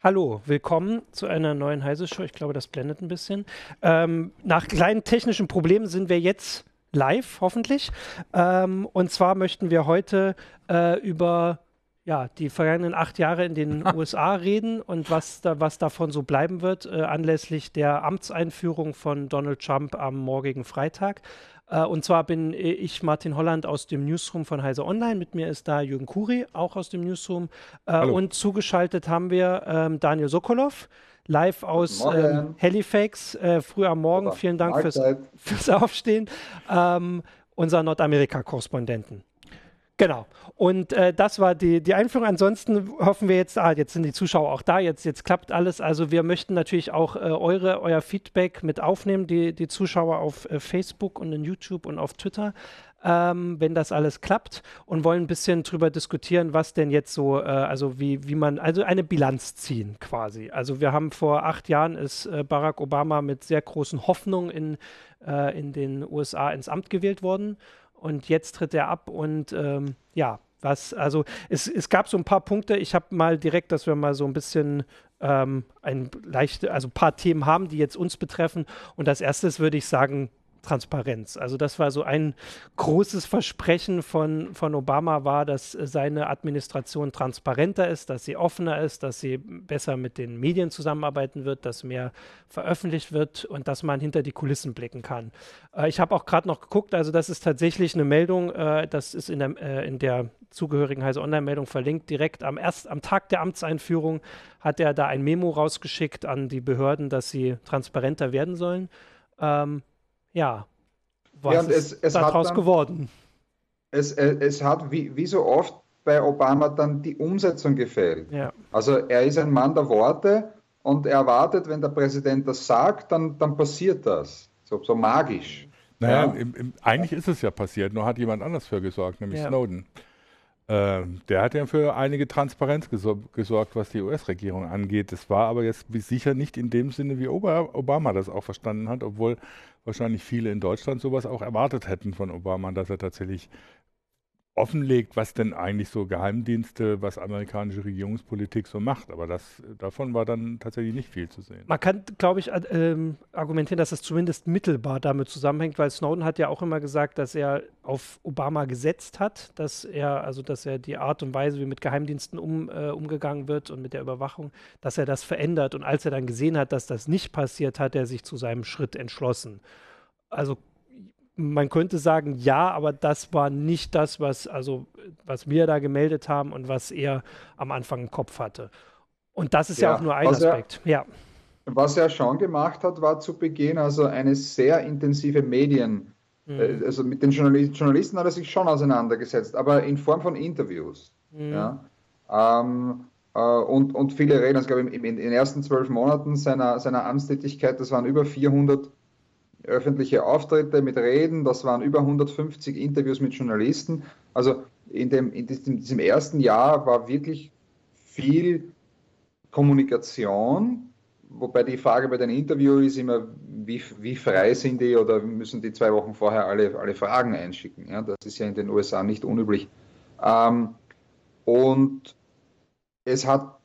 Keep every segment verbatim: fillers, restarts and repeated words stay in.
Hallo, willkommen zu einer neuen Heise-Show. Ich glaube, das blendet ein bisschen. Ähm, nach kleinen technischen Problemen sind wir jetzt live, hoffentlich. Ähm, und zwar möchten wir heute äh, über ja, die vergangenen acht Jahre in den U S A reden und was, da, was davon so bleiben wird, äh, anlässlich der Amtseinführung von Donald Trump am morgigen Freitag. Äh, und zwar bin ich Martin Holland aus dem Newsroom von Heise Online. Mit mir ist da Jürgen Kuri, auch aus dem Newsroom. Äh, Hallo. und zugeschaltet haben wir ähm, Daniel Sokolov, live Guten aus ähm, Morgen Halifax, äh, früh am Morgen. oder Vielen Dank fürs, Mahlzeit. fürs Aufstehen. Ähm, unser Nordamerika-Korrespondenten. Genau. Und äh, das war die, die Einführung. Ansonsten hoffen wir jetzt, ah, jetzt sind die Zuschauer auch da, jetzt, jetzt klappt alles. Also wir möchten natürlich auch äh, eure, euer Feedback mit aufnehmen, die, die Zuschauer auf äh, Facebook und in YouTube und auf Twitter, ähm, wenn das alles klappt, und wollen ein bisschen drüber diskutieren, was denn jetzt so, äh, also wie, wie man, also eine Bilanz ziehen quasi. Also wir haben vor acht Jahren ist äh, Barack Obama mit sehr großen Hoffnungen in, äh, in den U S A ins Amt gewählt worden. Und jetzt tritt er ab und ähm, ja, was, also es, es gab so ein paar Punkte. Ich habe mal direkt, dass wir mal so ein bisschen ähm, ein leichte, also ein paar Themen haben, die jetzt uns betreffen. Und als erstes würde ich sagen, Transparenz. Also das war so ein großes Versprechen von, von Obama war, dass seine Administration transparenter ist, dass sie offener ist, dass sie besser mit den Medien zusammenarbeiten wird, dass mehr veröffentlicht wird und dass man hinter die Kulissen blicken kann. Äh, ich habe auch gerade noch geguckt, also das ist tatsächlich eine Meldung, äh, das ist in der, äh, in der zugehörigen Heise Online-Meldung verlinkt, direkt am, erst, am Tag der Amtseinführung hat er da ein Memo rausgeschickt an die Behörden, dass sie transparenter werden sollen. Ähm, Ja, Ja, was und ist es, es hat daraus dann, geworden? es, es es hat wie, wie so oft bei Obama dann die Umsetzung gefehlt. Ja, Also er ist ein Mann der Worte und er erwartet, wenn der Präsident das sagt, dann, dann passiert das. So, so magisch. Naja, Ja, im, im, eigentlich ist es ja passiert, nur hat jemand anders für gesorgt, nämlich ja. Snowden. Ähm, der hat ja für einige Transparenz gesor gesorgt, was die U S-Regierung angeht. Das war aber jetzt sicher nicht in dem Sinne, wie Oba Obama das auch verstanden hat, obwohl wahrscheinlich viele in Deutschland sowas auch erwartet hätten von Obama, dass er tatsächlich offenlegt, was denn eigentlich so Geheimdienste, was amerikanische Regierungspolitik so macht. Aber das, davon war dann tatsächlich nicht viel zu sehen. Man kann, glaube ich, ad- ähm, argumentieren, dass es zumindest mittelbar damit zusammenhängt, weil Snowden hat ja auch immer gesagt, dass er auf Obama gesetzt hat, dass er, also dass er die Art und Weise, wie mit Geheimdiensten um, äh, umgegangen wird und mit der Überwachung, dass er das verändert. Und als er dann gesehen hat, dass das nicht passiert, hat er sich zu seinem Schritt entschlossen. Also man könnte sagen, ja, aber das war nicht das, was, also, was wir da gemeldet haben und was er am Anfang im Kopf hatte. Und das ist ja auch ja. nur ein Was er, Aspekt. Ja, was er schon gemacht hat, war zu Beginn also eine sehr intensive Medien, mhm. äh, also mit den Journalisten, Journalisten hat er sich schon auseinandergesetzt, aber in Form von Interviews. Mhm. Ja. Ähm, äh, und, und viele reden, also, ich glaube, in, in den ersten zwölf Monaten seiner, seiner Amtstätigkeit, das waren über vierhundert öffentliche Auftritte mit Reden, das waren über hundertfünfzig Interviews mit Journalisten. Also in, dem, in diesem, diesem ersten Jahr war wirklich viel Kommunikation, wobei die Frage bei den Interviews ist immer, wie, wie frei sind die oder müssen die zwei Wochen vorher alle, alle Fragen einschicken. Ja, das ist ja in den U S A nicht unüblich. Ähm, und es hat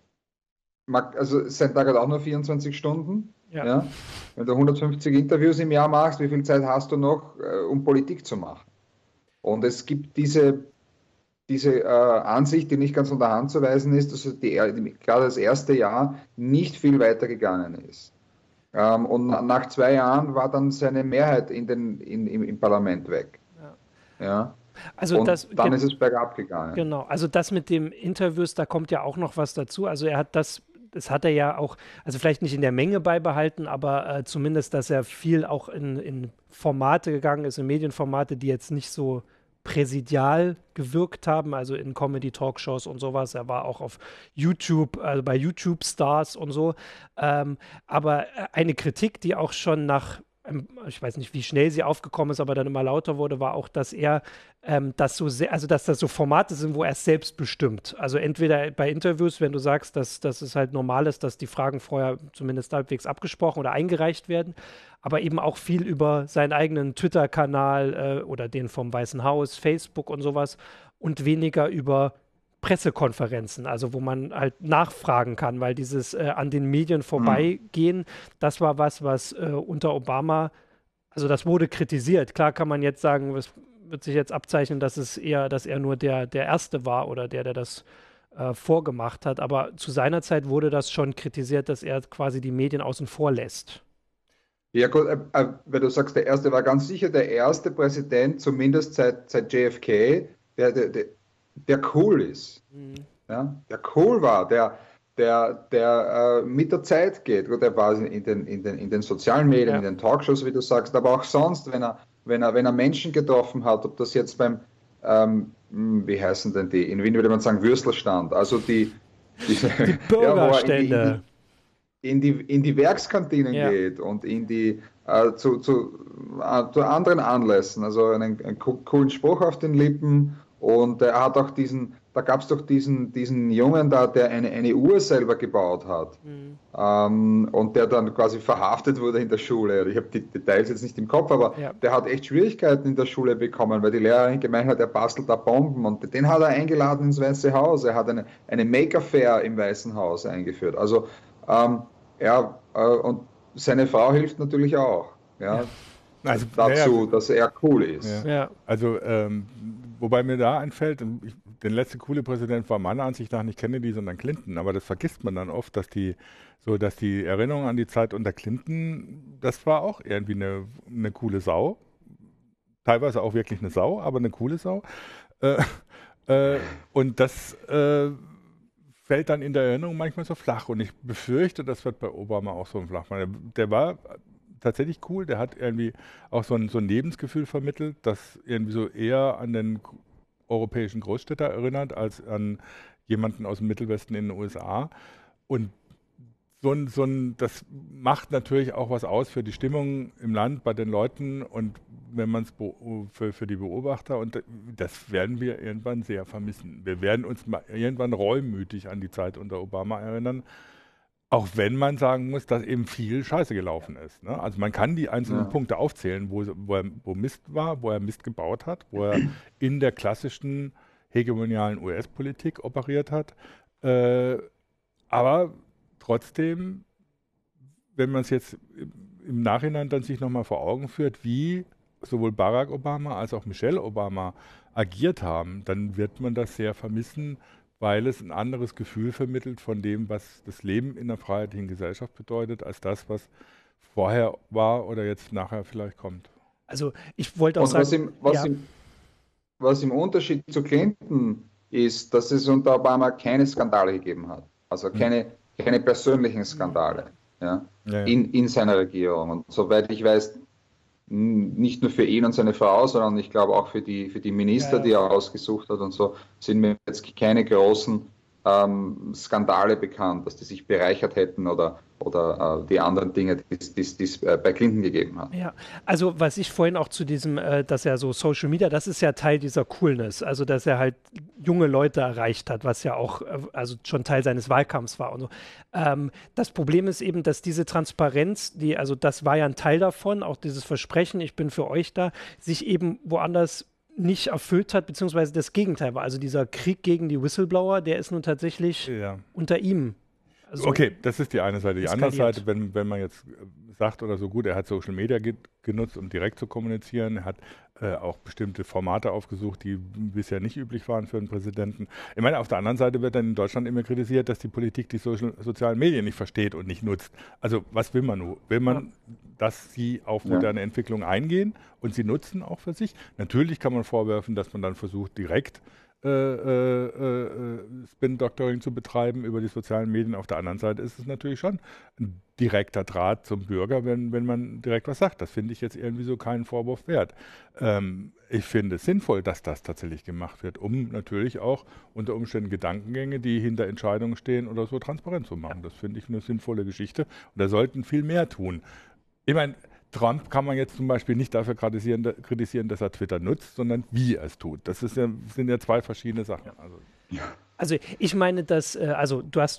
also sein Tag hat auch nur vierundzwanzig Stunden. Ja. Ja? Wenn du hundertfünfzig Interviews im Jahr machst, wie viel Zeit hast du noch, äh, um Politik zu machen? Und es gibt diese, diese äh, Ansicht, die nicht ganz von der Hand zu weisen ist, dass die, gerade das erste Jahr nicht viel weiter gegangen ist. Ähm, und nach zwei Jahren war dann seine Mehrheit in den, in, im, im Parlament weg. Ja. Ja? Also Und das, dann ist es bergab gegangen. genau, also das mit dem Interviews, da kommt ja auch noch was dazu. Also er hat das, das hat er ja auch, also vielleicht nicht in der Menge beibehalten, aber äh, zumindest, dass er viel auch in, in Formate gegangen ist, in Medienformate, die jetzt nicht so präsidial gewirkt haben, also in Comedy-Talkshows und sowas. Er war auch auf YouTube, also bei YouTube-Stars und so. Ähm, aber eine Kritik, die auch schon nach ich weiß nicht, wie schnell sie aufgekommen ist, aber dann immer lauter wurde, war auch, dass er ähm, das so sehr, also dass das so Formate sind, wo er es selbst bestimmt. Also entweder bei Interviews, wenn du sagst, dass, dass es halt normal ist, dass die Fragen vorher zumindest halbwegs abgesprochen oder eingereicht werden, aber eben auch viel über seinen eigenen Twitter-Kanal äh, oder den vom Weißen Haus, Facebook und sowas und weniger über Pressekonferenzen, also wo man halt nachfragen kann, weil dieses äh, an den Medien vorbeigehen, mhm. das war was, was äh, unter Obama, also das wurde kritisiert. Klar kann man jetzt sagen, es wird sich jetzt abzeichnen, dass es eher, dass er nur der, der Erste war oder der, der das äh, vorgemacht hat, aber zu seiner Zeit wurde das schon kritisiert, dass er quasi die Medien außen vor lässt. Ja gut, äh, äh, wenn du sagst, der Erste war ganz sicher der erste Präsident, zumindest seit, seit J F K, der, der, der der cool ist, mhm. ja, der cool war, der, der, der äh, mit der Zeit geht. Gut, der war in den, in den, in den sozialen Medien, ja. in den Talkshows, wie du sagst, aber auch sonst, wenn er, wenn er, wenn er Menschen getroffen hat, ob das jetzt beim, ähm, wie heißen denn die, in Wien würde man sagen Würstelstand, also die, diese, die Bürgerstände. Ja, in, die, in, die, in die Werkskantinen ja. geht und in die, äh, zu, zu, äh, zu anderen Anlässen, also einen, einen coolen Spruch auf den Lippen. Und er hat auch diesen, da gab es doch diesen, diesen Jungen da, der eine, eine Uhr selber gebaut hat mhm. ähm, und der dann quasi verhaftet wurde in der Schule. Ich habe die Details jetzt nicht im Kopf, aber ja. der hat echt Schwierigkeiten in der Schule bekommen, weil die Lehrerin gemeint hat, er bastelt da Bomben und den hat er eingeladen ins Weiße Haus. Er hat eine, eine Maker Fair im Weißen Haus eingeführt. Also ähm, ja, äh, und seine Frau hilft natürlich auch. Ja. ja. Also, dazu, ja, dass er cool ist. Ja. Ja. Also ähm, wobei mir da einfällt, ich, der letzte coole Präsident war meiner Ansicht nach nicht Kennedy, sondern Clinton, aber das vergisst man dann oft, dass die so, dass die Erinnerung an die Zeit unter Clinton, das war auch irgendwie eine, eine coole Sau, teilweise auch wirklich eine Sau, aber eine coole Sau. Äh, äh, und das äh, fällt dann in der Erinnerung manchmal so flach und ich befürchte, das wird bei Obama auch so flach. Der, der war tatsächlich cool, der hat irgendwie auch so ein, so ein Lebensgefühl vermittelt, das irgendwie so eher an den europäischen Großstädter erinnert, als an jemanden aus dem Mittelwesten in den U S A. Und so ein, so ein, das macht natürlich auch was aus für die Stimmung im Land bei den Leuten und wenn man es für, für die Beobachter, und das werden wir irgendwann sehr vermissen. Wir werden uns mal irgendwann reumütig an die Zeit unter Obama erinnern, auch wenn man sagen muss, dass eben viel Scheiße gelaufen ist. Ne? Also man kann die einzelnen ja. Punkte aufzählen, wo, wo, er, wo Mist war, wo er Mist gebaut hat, wo er in der klassischen hegemonialen U S-Politik operiert hat. Äh, aber trotzdem, wenn man es jetzt im Nachhinein dann sich nochmal vor Augen führt, wie sowohl Barack Obama als auch Michelle Obama agiert haben, dann wird man das sehr vermissen, weil es ein anderes Gefühl vermittelt von dem, was das Leben in einer freiheitlichen Gesellschaft bedeutet, als das, was vorher war oder jetzt nachher vielleicht kommt. Also ich wollte auch Und sagen... Was im, was, ja. im, was im Unterschied zu Clinton ist, dass es unter Obama keine Skandale gegeben hat. Also keine, hm. keine persönlichen Skandale ja, ja, ja. In, in seiner Regierung. Und soweit ich weiß, nicht nur für ihn und seine Frau, sondern ich glaube auch für die, für die Minister, ja, ja. die er ausgesucht hat und so, sind mir jetzt keine großen ähm, Skandale bekannt, dass die sich bereichert hätten oder, oder äh, die anderen Dinge, die es äh, bei Clinton gegeben hat. Ja, also was ich vorhin auch zu diesem, äh, dass er so Social Media, das ist ja Teil dieser Coolness, also dass er halt junge Leute erreicht hat, was ja auch äh, also schon Teil seines Wahlkampfs war und so. Ähm, das Problem ist eben, dass diese Transparenz, die, also das war ja ein Teil davon, auch dieses Versprechen, ich bin für euch da, sich eben woanders nicht erfüllt hat, beziehungsweise das Gegenteil war. Also dieser Krieg gegen die Whistleblower, der ist nun tatsächlich ja. unter ihm. Also okay, das ist die eine Seite. Die eskaliert. Andere Seite, wenn, wenn man jetzt sagt oder so, gut, er hat Social Media ge genutzt, um direkt zu kommunizieren, er hat äh, auch bestimmte Formate aufgesucht, die bisher nicht üblich waren für einen Präsidenten. Ich meine, auf der anderen Seite wird dann in Deutschland immer kritisiert, dass die Politik die Social, sozialen Medien nicht versteht und nicht nutzt. Also was will man nur? Will man, ja. dass sie auf moderne ja. Entwicklung eingehen und sie nutzen auch für sich? Natürlich kann man vorwerfen, dass man dann versucht, direkt Äh, äh, äh, Spin-Doctoring zu betreiben über die sozialen Medien. Auf der anderen Seite ist es natürlich schon ein direkter Draht zum Bürger, wenn, wenn man direkt was sagt. Das finde ich jetzt irgendwie so keinen Vorwurf wert. Ähm, ich finde es sinnvoll, dass das tatsächlich gemacht wird, um natürlich auch unter Umständen Gedankengänge, die hinter Entscheidungen stehen oder so, transparent zu machen. Das finde ich eine sinnvolle Geschichte und da sollten viel mehr tun. Ich meine, Trump kann man jetzt zum Beispiel nicht dafür kritisieren, kritisieren, dass er Twitter nutzt, sondern wie er es tut. Das ist ja, sind ja zwei verschiedene Sachen. Also, also ich meine, dass, also du hast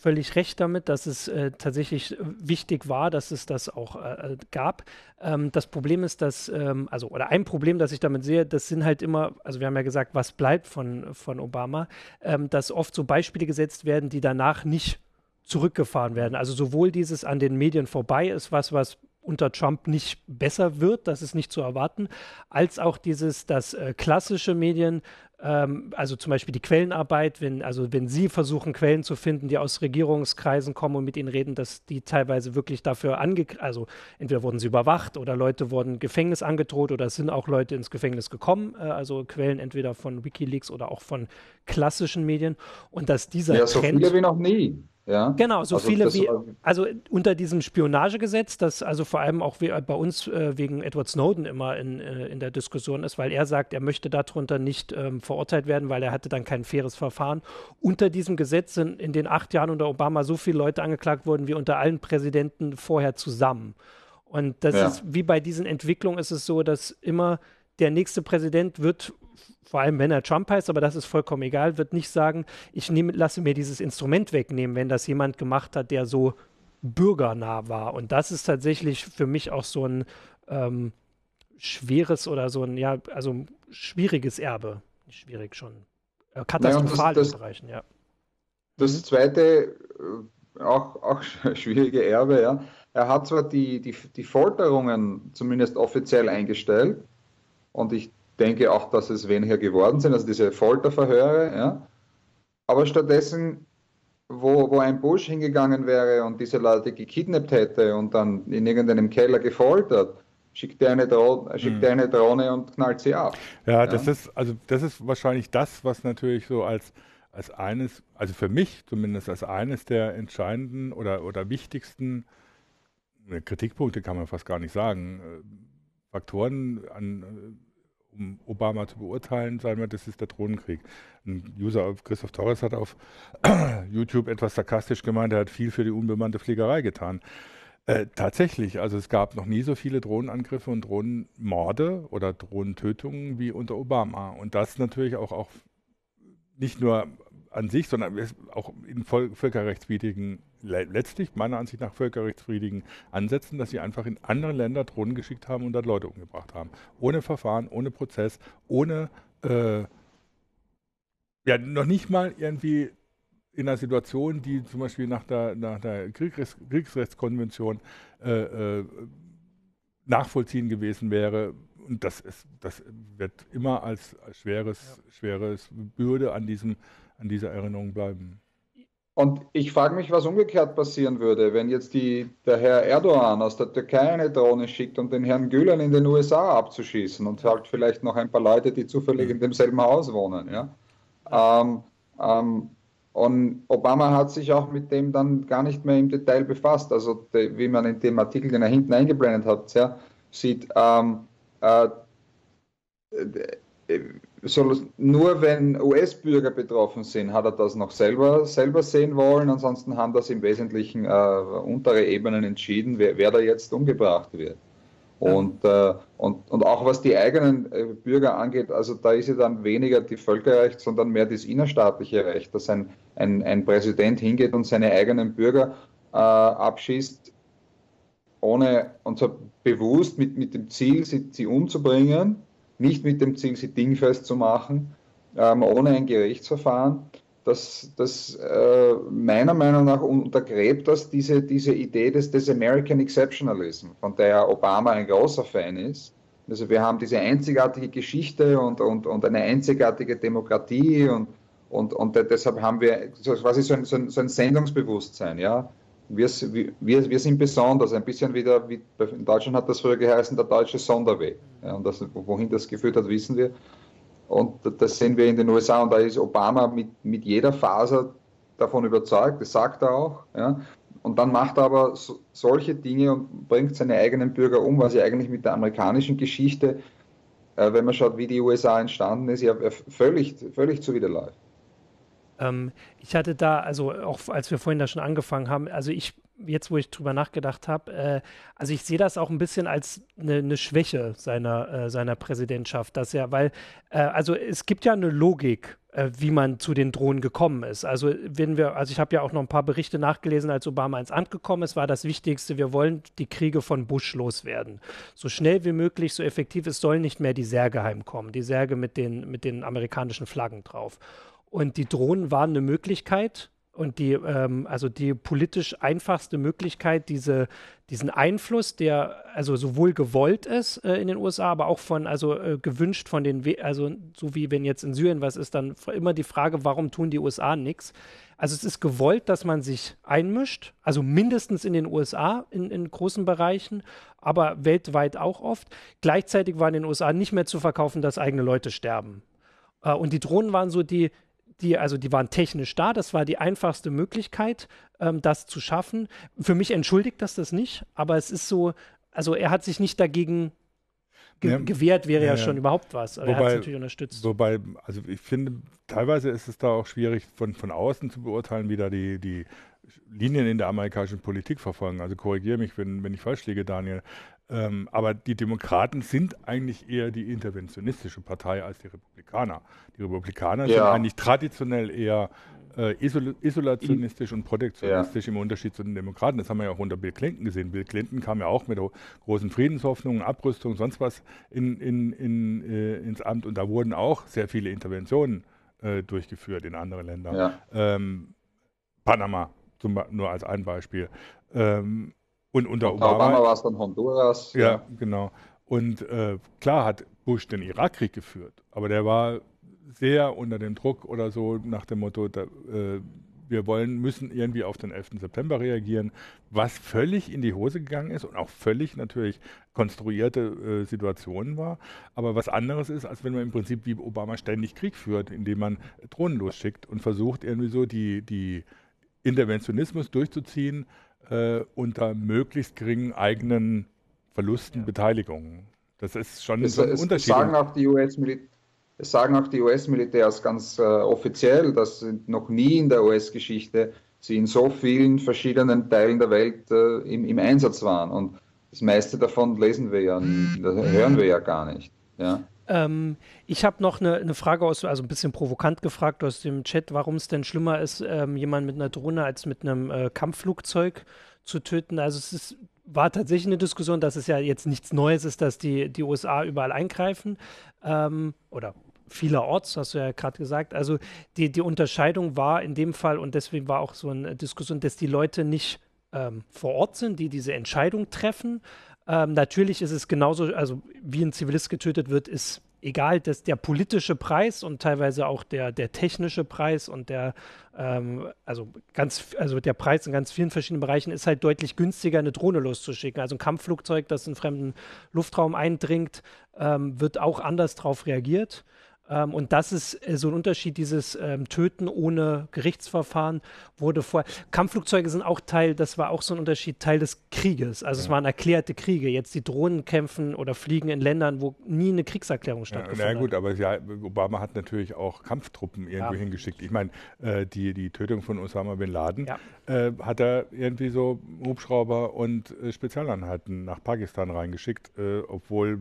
völlig recht damit, dass es äh, tatsächlich wichtig war, dass es das auch äh, gab. Ähm, das Problem ist, dass, ähm, also, oder ein Problem, das ich damit sehe, das sind halt immer, also wir haben ja gesagt, was bleibt von, von Obama, ähm, dass oft so Beispiele gesetzt werden, die danach nicht zurückgefahren werden. Also sowohl dieses an den Medien vorbei ist was, was unter Trump nicht besser wird, das ist nicht zu erwarten, als auch dieses, dass äh, klassische Medien, ähm, also zum Beispiel die Quellenarbeit, wenn, also wenn Sie versuchen, Quellen zu finden, die aus Regierungskreisen kommen und mit ihnen reden, dass die teilweise wirklich dafür ange, also entweder wurden sie überwacht oder Leute wurden Gefängnis angedroht oder es sind auch Leute ins Gefängnis gekommen, äh, also Quellen entweder von WikiLeaks oder auch von klassischen Medien und dass dieser Ja, so Trend... viele wie noch nie. Ja, Genau, so also viele das wie, war, also unter diesem Spionagegesetz, das also vor allem auch we- bei uns äh, wegen Edward Snowden immer in, äh, in der Diskussion ist, weil er sagt, er möchte darunter nicht ähm, verurteilt werden, weil er hatte dann kein faires Verfahren. Unter diesem Gesetz sind in den acht Jahren unter Obama so viele Leute angeklagt worden wie unter allen Präsidenten vorher zusammen. Und das ja. ist, wie bei diesen Entwicklungen ist es so, dass immer der nächste Präsident wird, vor allem wenn er Trump heißt, aber das ist vollkommen egal, wird nicht sagen, ich nehm, lasse mir dieses Instrument wegnehmen, wenn das jemand gemacht hat, der so bürgernah war. Und das ist tatsächlich für mich auch so ein ähm, schweres oder so ein, ja, also schwieriges Erbe. Nicht schwierig schon. Äh, katastrophal das, das, in Bereichen, ja. Das Mhm. zweite, äh, auch, auch schwierige Erbe, ja. Er hat zwar die, die, die Folterungen zumindest offiziell eingestellt und ich denke auch, dass es weniger geworden sind, also diese Folterverhöre, ja. Aber stattdessen, wo, wo ein Bush hingegangen wäre und diese Leute gekidnappt hätte und dann in irgendeinem Keller gefoltert, schickt er eine, Dro schickt Hm. er eine Drohne und knallt sie ab. Ja, Ja, das ist, also das ist wahrscheinlich das, was natürlich so als, als eines, also für mich zumindest als eines der entscheidenden oder, oder wichtigsten äh, Kritikpunkte, kann man fast gar nicht sagen, äh, Faktoren an, äh, um Obama zu beurteilen, sagen wir, das ist der Drohnenkrieg. Ein User, Christoph Torres, hat auf YouTube etwas sarkastisch gemeint, er hat viel für die unbemannte Fliegerei getan. Äh, tatsächlich, also es gab noch nie so viele Drohnenangriffe und Drohnenmorde oder Drohnentötungen wie unter Obama. Und das natürlich auch, auch nicht nur an sich, sondern auch in völkerrechtswidrigen, letztlich meiner Ansicht nach völkerrechtswidrigen Ansätzen, dass sie einfach in andere Länder Drohnen geschickt haben und dort Leute umgebracht haben. Ohne Verfahren, ohne Prozess, ohne, äh, ja, noch nicht mal irgendwie in einer Situation, die zum Beispiel nach der, nach der Kriegsrechts, Kriegsrechtskonvention äh, äh, nachvollziehen gewesen wäre. Und das, ist, das wird immer als schweres, ja. schweres Bürde an, diesem, an dieser Erinnerung bleiben. Und ich frage mich, was umgekehrt passieren würde, wenn jetzt die, der Herr Erdogan aus der Türkei eine Drohne schickt, um den Herrn Gülen in den U S A abzuschießen und halt vielleicht noch ein paar Leute, die zufällig in demselben Haus wohnen. Ja? Ja. Ähm, ähm, und Obama hat sich auch mit dem dann gar nicht mehr im Detail befasst. Also de, wie man in dem Artikel, den er hinten eingeblendet hat, ja, sieht, ähm, äh, soll, nur wenn U S-Bürger betroffen sind, hat er das noch selber, selber sehen wollen. Ansonsten haben das im Wesentlichen äh, untere Ebenen entschieden, wer, wer da jetzt umgebracht wird. Und, ja. äh, und, und auch was die eigenen äh, Bürger angeht, also da ist ja dann weniger die Völkerrecht, sondern mehr das innerstaatliche Recht, dass ein, ein, ein Präsident hingeht und seine eigenen Bürger äh, abschießt, ohne, und so bewusst mit, mit dem Ziel, sie, sie umzubringen, nicht mit dem Ziel, sie dingfest zu machen, ähm, ohne ein Gerichtsverfahren. Das, das äh, meiner Meinung nach untergräbt das diese, diese Idee des, des American Exceptionalism, von der Obama ein großer Fan ist. Also wir haben diese einzigartige Geschichte und, und, und eine einzigartige Demokratie und, und, und deshalb haben wir so, quasi so ein, so ein, so ein Sendungsbewusstsein. Ja? Wir, wir, wir sind besonders, ein bisschen wieder, wie in Deutschland hat das früher geheißen, der deutsche Sonderweg. Ja, und das, wohin das geführt hat, wissen wir. Und das sehen wir in den U S A und da ist Obama mit, mit jeder Faser davon überzeugt, das sagt er auch. Ja. Und dann macht er aber so, solche Dinge und bringt seine eigenen Bürger um, was ja eigentlich mit der amerikanischen Geschichte, äh, wenn man schaut, wie die U S A entstanden ist, ja völlig, völlig zuwiderläuft. Ähm, ich hatte da, also auch als wir vorhin da schon angefangen haben, also ich, jetzt wo ich drüber nachgedacht habe, äh, also ich sehe das auch ein bisschen als eine, eine Schwäche seiner, äh, seiner Präsidentschaft, dass er, weil, äh, also es gibt ja eine Logik äh, wie man zu den Drohnen gekommen ist. Also wenn wir, also ich habe ja auch noch ein paar Berichte nachgelesen, als Obama ins Amt gekommen ist, war das Wichtigste, wir wollen die Kriege von Bush loswerden. So schnell wie möglich, so effektiv, es sollen nicht mehr die Särge heimkommen, die Särge mit den, mit den amerikanischen Flaggen drauf. Und die Drohnen waren eine Möglichkeit, und die, ähm, also die politisch einfachste Möglichkeit, diese, diesen Einfluss, der also sowohl gewollt ist äh, in den U S A, aber auch von, also äh, gewünscht von den, We also so wie wenn jetzt in Syrien was ist, dann immer die Frage, warum tun die U S A nichts? Also es ist gewollt, dass man sich einmischt, also mindestens in den U S A in, in großen Bereichen, aber weltweit auch oft. Gleichzeitig war in den U S A nicht mehr zu verkaufen, dass eigene Leute sterben. Äh, und die Drohnen waren so die Die, also die waren technisch da, das war die einfachste Möglichkeit, ähm, das zu schaffen. Für mich entschuldigt das das nicht, aber es ist so, also er hat sich nicht dagegen ge ja, gewehrt, wäre ja, ja schon überhaupt was. Aber wobei, er hat es natürlich unterstützt. Wobei, also ich finde, teilweise ist es da auch schwierig von, von außen zu beurteilen, wie da die, die Linien in der amerikanischen Politik verfolgen. Also korrigiere mich, wenn, wenn ich falsch liege, Daniel. Ähm, aber die Demokraten sind eigentlich eher die interventionistische Partei als die Republikaner. Die Republikaner ja. sind eigentlich traditionell eher äh, isol isolationistisch und protektionistisch ja. im Unterschied zu den Demokraten. Das haben wir ja auch unter Bill Clinton gesehen. Bill Clinton kam ja auch mit großen Friedenshoffnungen, Abrüstung, sonst was in, in, in, äh, ins Amt. Und da wurden auch sehr viele Interventionen äh, durchgeführt in andere Länder. Ja. Ähm, Panama zum, nur als ein Beispiel. Ähm, Und unter Obama, Obama war es dann Honduras. Ja, ja. genau. Und äh, klar hat Bush den Irakkrieg geführt, aber der war sehr unter dem Druck oder so nach dem Motto, da, äh, wir wollen, müssen irgendwie auf den elften September reagieren, was völlig in die Hose gegangen ist und auch völlig natürlich konstruierte äh, Situationen war. Aber was anderes ist, als wenn man im Prinzip wie Obama ständig Krieg führt, indem man Drohnen losschickt und versucht irgendwie so die, die Interventionismus durchzuziehen, Äh, unter möglichst geringen eigenen Verlusten, ja. Beteiligungen. Das ist schon es, so ein es Unterschied. Sagen auch die U S-Militär, es sagen auch die U S-Militärs ganz äh, offiziell, dass noch nie in der U S-Geschichte sie in so vielen verschiedenen Teilen der Welt äh, im, im Einsatz waren. Und das meiste davon lesen wir ja, hören wir ja gar nicht. Ja. Ähm, ich habe noch eine, eine Frage aus, also ein bisschen provokant gefragt aus dem Chat, warum es denn schlimmer ist, ähm, jemanden mit einer Drohne als mit einem äh, Kampfflugzeug zu töten. Also es ist, war tatsächlich eine Diskussion, dass es ja jetzt nichts Neues ist, dass die, die U S A überall eingreifen ähm, oder vielerorts, hast du ja gerade gesagt. Also die, die Unterscheidung war in dem Fall, und deswegen war auch so eine Diskussion, dass die Leute nicht ähm, vor Ort sind, die diese Entscheidung treffen. Ähm, natürlich ist es genauso, also wie ein Zivilist getötet wird, ist egal, dass der politische Preis und teilweise auch der, der technische Preis und der, ähm, also ganz, also der Preis in ganz vielen verschiedenen Bereichen ist halt deutlich günstiger, eine Drohne loszuschicken. Also ein Kampfflugzeug, das in fremden Luftraum eindringt, ähm, wird auch anders drauf reagiert. Ähm, und das ist äh, so ein Unterschied, dieses ähm, Töten ohne Gerichtsverfahren wurde vorher. Kampfflugzeuge sind auch Teil, das war auch so ein Unterschied, Teil des Krieges. Also ja. es waren erklärte Kriege. Jetzt die Drohnen kämpfen oder fliegen in Ländern, wo nie eine Kriegserklärung stattgefunden hat. Ja, na gut, aber ja, Obama hat natürlich auch Kampftruppen irgendwo ja. hingeschickt. Ich meine, äh, die, die Tötung von Osama Bin Laden ja. äh, hat er irgendwie so Hubschrauber und äh, Spezialeinheiten nach Pakistan reingeschickt, äh, obwohl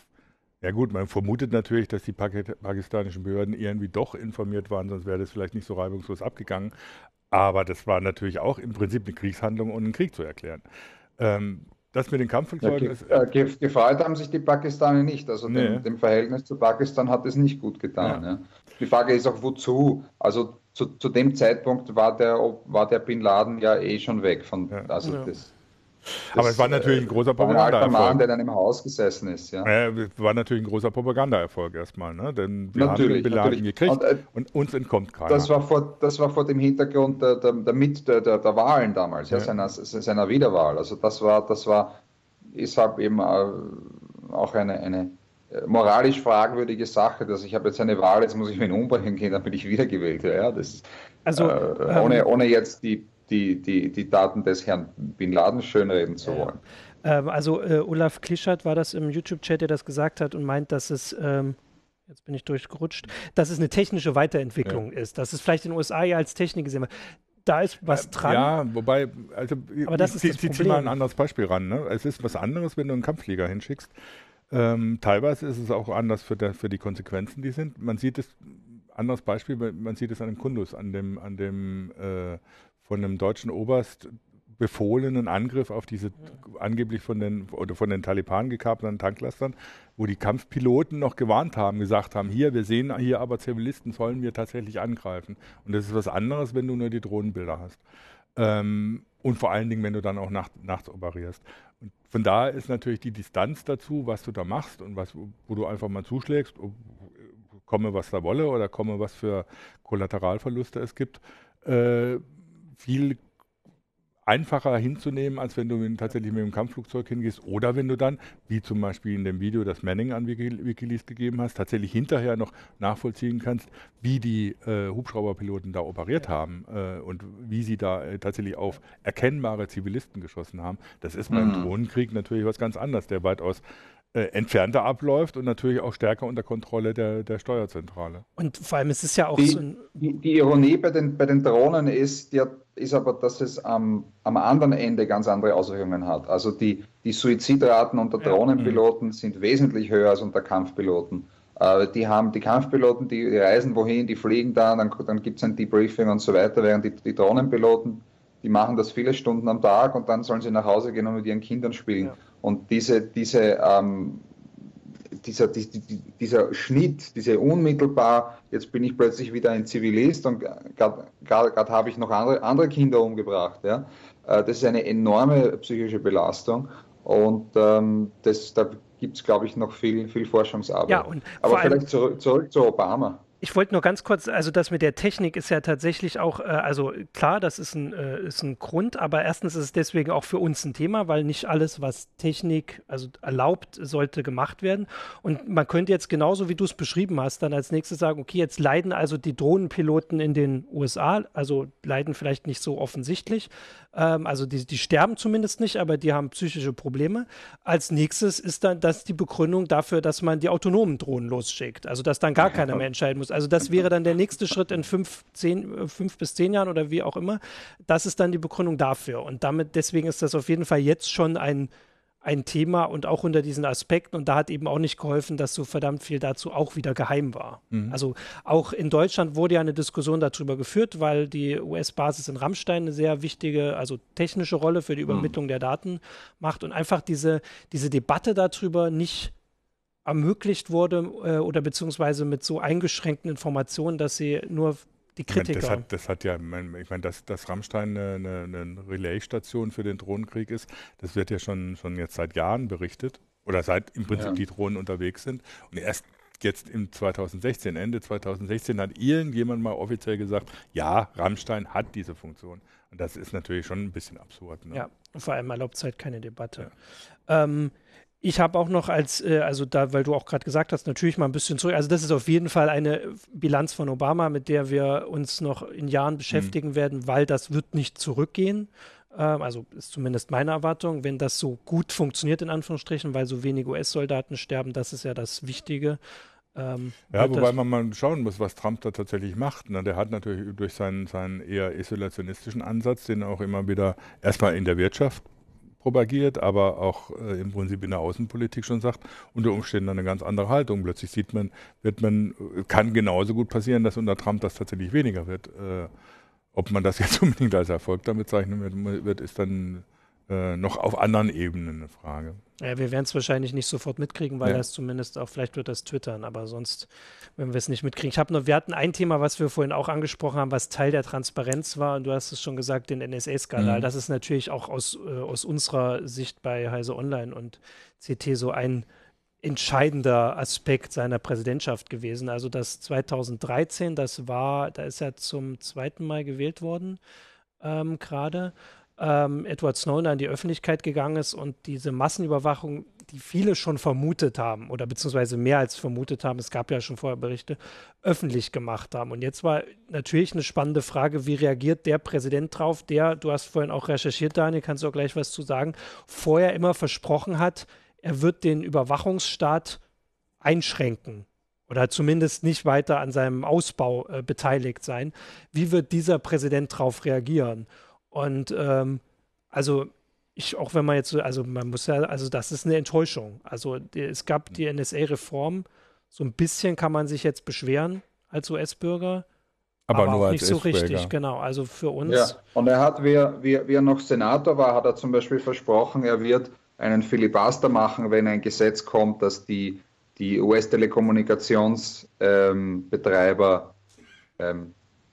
ja gut, man vermutet natürlich, dass die pakistanischen Behörden irgendwie doch informiert waren, sonst wäre das vielleicht nicht so reibungslos abgegangen. Aber das war natürlich auch im Prinzip eine Kriegshandlung, um einen Krieg zu erklären. Ähm, das mit den Kampfflugzeugen ja, ist... Äh, gefreut haben sich die Pakistaner nicht. Also nee. dem, dem Verhältnis zu Pakistan hat es nicht gut getan. Ja. Ja. Die Frage ist auch, wozu? Also zu, zu dem Zeitpunkt war der, war der Bin Laden ja eh schon weg. Von, ja. Also ja. das... Das, aber es war natürlich ein großer Propagandaerfolg. Ein alter Mann, der dann im Haus gesessen ist. Ja. Ja, es war natürlich ein großer Propagandaerfolg erstmal. Ne? Denn wir natürlich, haben den Bin Laden gekriegt und, äh, und uns entkommt keiner. Das war vor, das war vor dem Hintergrund der, der, der, der, der, der Wahlen damals, ja. Ja, seiner, seiner Wiederwahl. Also das war, das war ist halt eben auch eine, eine moralisch fragwürdige Sache, dass ich habe jetzt eine Wahl, jetzt muss ich mich umbringen gehen, dann bin ich wiedergewählt. Ja, das ist, also, äh, ohne, ähm, ohne jetzt die Die, die, die Daten des Herrn Bin Laden schönreden zu wollen. Ähm, also äh, Olaf Klischert war das im YouTube-Chat, der das gesagt hat und meint, dass es, ähm, jetzt bin ich durchgerutscht, dass es eine technische Weiterentwicklung ja. ist. Dass es vielleicht in den U S A ja als Technik gesehen wird. Da ist was dran. Ja, wobei, also aber das ich, ist das ich ziehe mal ein anderes Beispiel ran. Ne? Es ist was anderes, wenn du einen Kampfflieger hinschickst. Ähm, teilweise ist es auch anders für, der, für die Konsequenzen, die sind. Man sieht es anderes Beispiel, man sieht es an dem Kunduz, an dem, an dem äh, von einem deutschen Oberst befohlenen Angriff auf diese angeblich von den oder von den Taliban gekaperten Tanklastern, wo die Kampfpiloten noch gewarnt haben, gesagt haben, hier, wir sehen hier aber Zivilisten, sollen wir tatsächlich angreifen. Und das ist was anderes, wenn du nur die Drohnenbilder hast. Ähm, und vor allen Dingen, wenn du dann auch nacht, nachts operierst. Und von daher ist natürlich die Distanz dazu, was du da machst und was, wo du einfach mal zuschlägst, komme was da wolle oder komme was für Kollateralverluste es gibt, äh, viel einfacher hinzunehmen, als wenn du mit, tatsächlich mit dem Kampfflugzeug hingehst oder wenn du dann, wie zum Beispiel in dem Video, das Manning an Wikileaks gegeben hast, tatsächlich hinterher noch nachvollziehen kannst, wie die äh, Hubschrauberpiloten da operiert haben äh, und wie sie da äh, tatsächlich auf erkennbare Zivilisten geschossen haben. Das ist beim mhm. Drohnenkrieg natürlich was ganz anderes, der weitaus äh, entfernter abläuft und natürlich auch stärker unter Kontrolle der, der Steuerzentrale. Und vor allem ist es ja auch die, so ein... Die, die Ironie bei den, bei den Drohnen ist, die, ist aber, dass es am, am anderen Ende ganz andere Auswirkungen hat. Also die, die Suizidraten unter ja. Drohnenpiloten mhm. sind wesentlich höher als unter Kampfpiloten. Äh, die haben die Kampfpiloten, die, die reisen wohin, die fliegen da, dann, dann gibt es ein Debriefing und so weiter, während die, die Drohnenpiloten, die machen das viele Stunden am Tag und dann sollen sie nach Hause gehen und mit ihren Kindern spielen. Ja. Und diese, diese ähm, Dieser, die, die, dieser Schnitt, diese unmittelbar, jetzt bin ich plötzlich wieder ein Zivilist und gerade habe ich noch andere, andere Kinder umgebracht. Ja? Das ist eine enorme psychische Belastung und ähm, das, da gibt es, glaube ich, noch viel, viel Forschungsarbeit. Ja, und aber vielleicht zurück, zurück zu Obama. Ich wollte nur ganz kurz, also das mit der Technik ist ja tatsächlich auch, äh, also klar, das ist ein, äh, ist ein Grund, aber erstens ist es deswegen auch für uns ein Thema, weil nicht alles, was Technik also erlaubt, sollte gemacht werden. Und man könnte jetzt genauso, wie du es beschrieben hast, dann als nächstes sagen, okay, jetzt leiden also die Drohnenpiloten in den U S A, also leiden vielleicht nicht so offensichtlich, ähm, also die, die sterben zumindest nicht, aber die haben psychische Probleme. Als nächstes ist dann das die Begründung dafür, dass man die autonomen Drohnen losschickt, also dass dann gar keiner mehr entscheiden muss. Also das wäre dann der nächste Schritt in fünf, zehn, fünf bis zehn Jahren oder wie auch immer. Das ist dann die Begründung dafür. Und damit, deswegen ist das auf jeden Fall jetzt schon ein, ein Thema und auch unter diesen Aspekten. Und da hat eben auch nicht geholfen, dass so verdammt viel dazu auch wieder geheim war. Mhm. Also auch in Deutschland wurde ja eine Diskussion darüber geführt, weil die U S-Basis in Ramstein eine sehr wichtige, also technische Rolle für die Übermittlung mhm. der Daten macht und einfach diese, diese Debatte darüber nicht ermöglicht wurde äh, oder beziehungsweise mit so eingeschränkten Informationen, dass sie nur die Kritiker... Ich meine, das, hat, das hat ja, ich meine, dass, dass Ramstein eine, eine, eine Relay-Station für den Drohnenkrieg ist, das wird ja schon, schon jetzt seit Jahren berichtet oder seit im Prinzip ja. die Drohnen unterwegs sind. Und erst jetzt im zweitausendsechzehn, Ende zweitausendsechzehn hat irgendjemand mal offiziell gesagt, ja, Ramstein hat diese Funktion. Und das ist natürlich schon ein bisschen absurd. Ne? Ja, und vor allem erlaubt es halt keine Debatte. Ja. Ähm, Ich habe auch noch als, äh, also da, weil du auch gerade gesagt hast, natürlich mal ein bisschen zurück. Also das ist auf jeden Fall eine Bilanz von Obama, mit der wir uns noch in Jahren beschäftigen mhm. werden, weil das wird nicht zurückgehen. Ähm, also ist zumindest meine Erwartung, wenn das so gut funktioniert, in Anführungsstrichen, weil so wenige U S-Soldaten sterben, das ist ja das Wichtige. Ähm, ja, wobei man mal schauen muss, was Trump da tatsächlich macht. Ne? Der hat natürlich durch seinen, seinen eher isolationistischen Ansatz, den er auch immer wieder erstmal in der Wirtschaft propagiert, aber auch äh, im Prinzip in der Außenpolitik schon sagt, unter Umständen eine ganz andere Haltung. Plötzlich sieht man, wird man, kann genauso gut passieren, dass unter Trump das tatsächlich weniger wird. Äh, ob man das jetzt unbedingt als Erfolg damit zeichnen wird, wird ist dann äh, noch auf anderen Ebenen eine Frage. Ja, wir werden es wahrscheinlich nicht sofort mitkriegen, weil ja. das zumindest auch, vielleicht wird das twittern, aber sonst werden wir es nicht mitkriegen. Ich habe noch, wir hatten ein Thema, was wir vorhin auch angesprochen haben, was Teil der Transparenz war, und du hast es schon gesagt, den N S A-Skandal. Mhm. Das ist natürlich auch aus, äh, aus unserer Sicht bei Heise Online und C T so ein entscheidender Aspekt seiner Präsidentschaft gewesen. Also das zweitausenddreizehn, das war, da ist er zum zweiten Mal gewählt worden, ähm, gerade. Ähm, Edward Snowden an die Öffentlichkeit gegangen ist und diese Massenüberwachung, die viele schon vermutet haben oder beziehungsweise mehr als vermutet haben, es gab ja schon vorher Berichte, öffentlich gemacht haben. Und jetzt war natürlich eine spannende Frage, wie reagiert der Präsident drauf, der, du hast vorhin auch recherchiert, Daniel, kannst du auch gleich was zu sagen, vorher immer versprochen hat, er wird den Überwachungsstaat einschränken oder zumindest nicht weiter an seinem Ausbau äh, beteiligt sein. Wie wird dieser Präsident darauf reagieren? Und ähm, also ich, auch wenn man jetzt so, also man muss ja, also das ist eine Enttäuschung. Also die, es gab die N S A-Reform, so ein bisschen kann man sich jetzt beschweren, als U S-Bürger. Aber, aber nur auch als nicht so S-Bürger. richtig, genau. Also für uns. Ja, und er hat, wie er, wie, wie er noch Senator war, hat er zum Beispiel versprochen, er wird einen Filibuster machen, wenn ein Gesetz kommt, dass die, die U S-Telekommunikationsbetreiber ähm,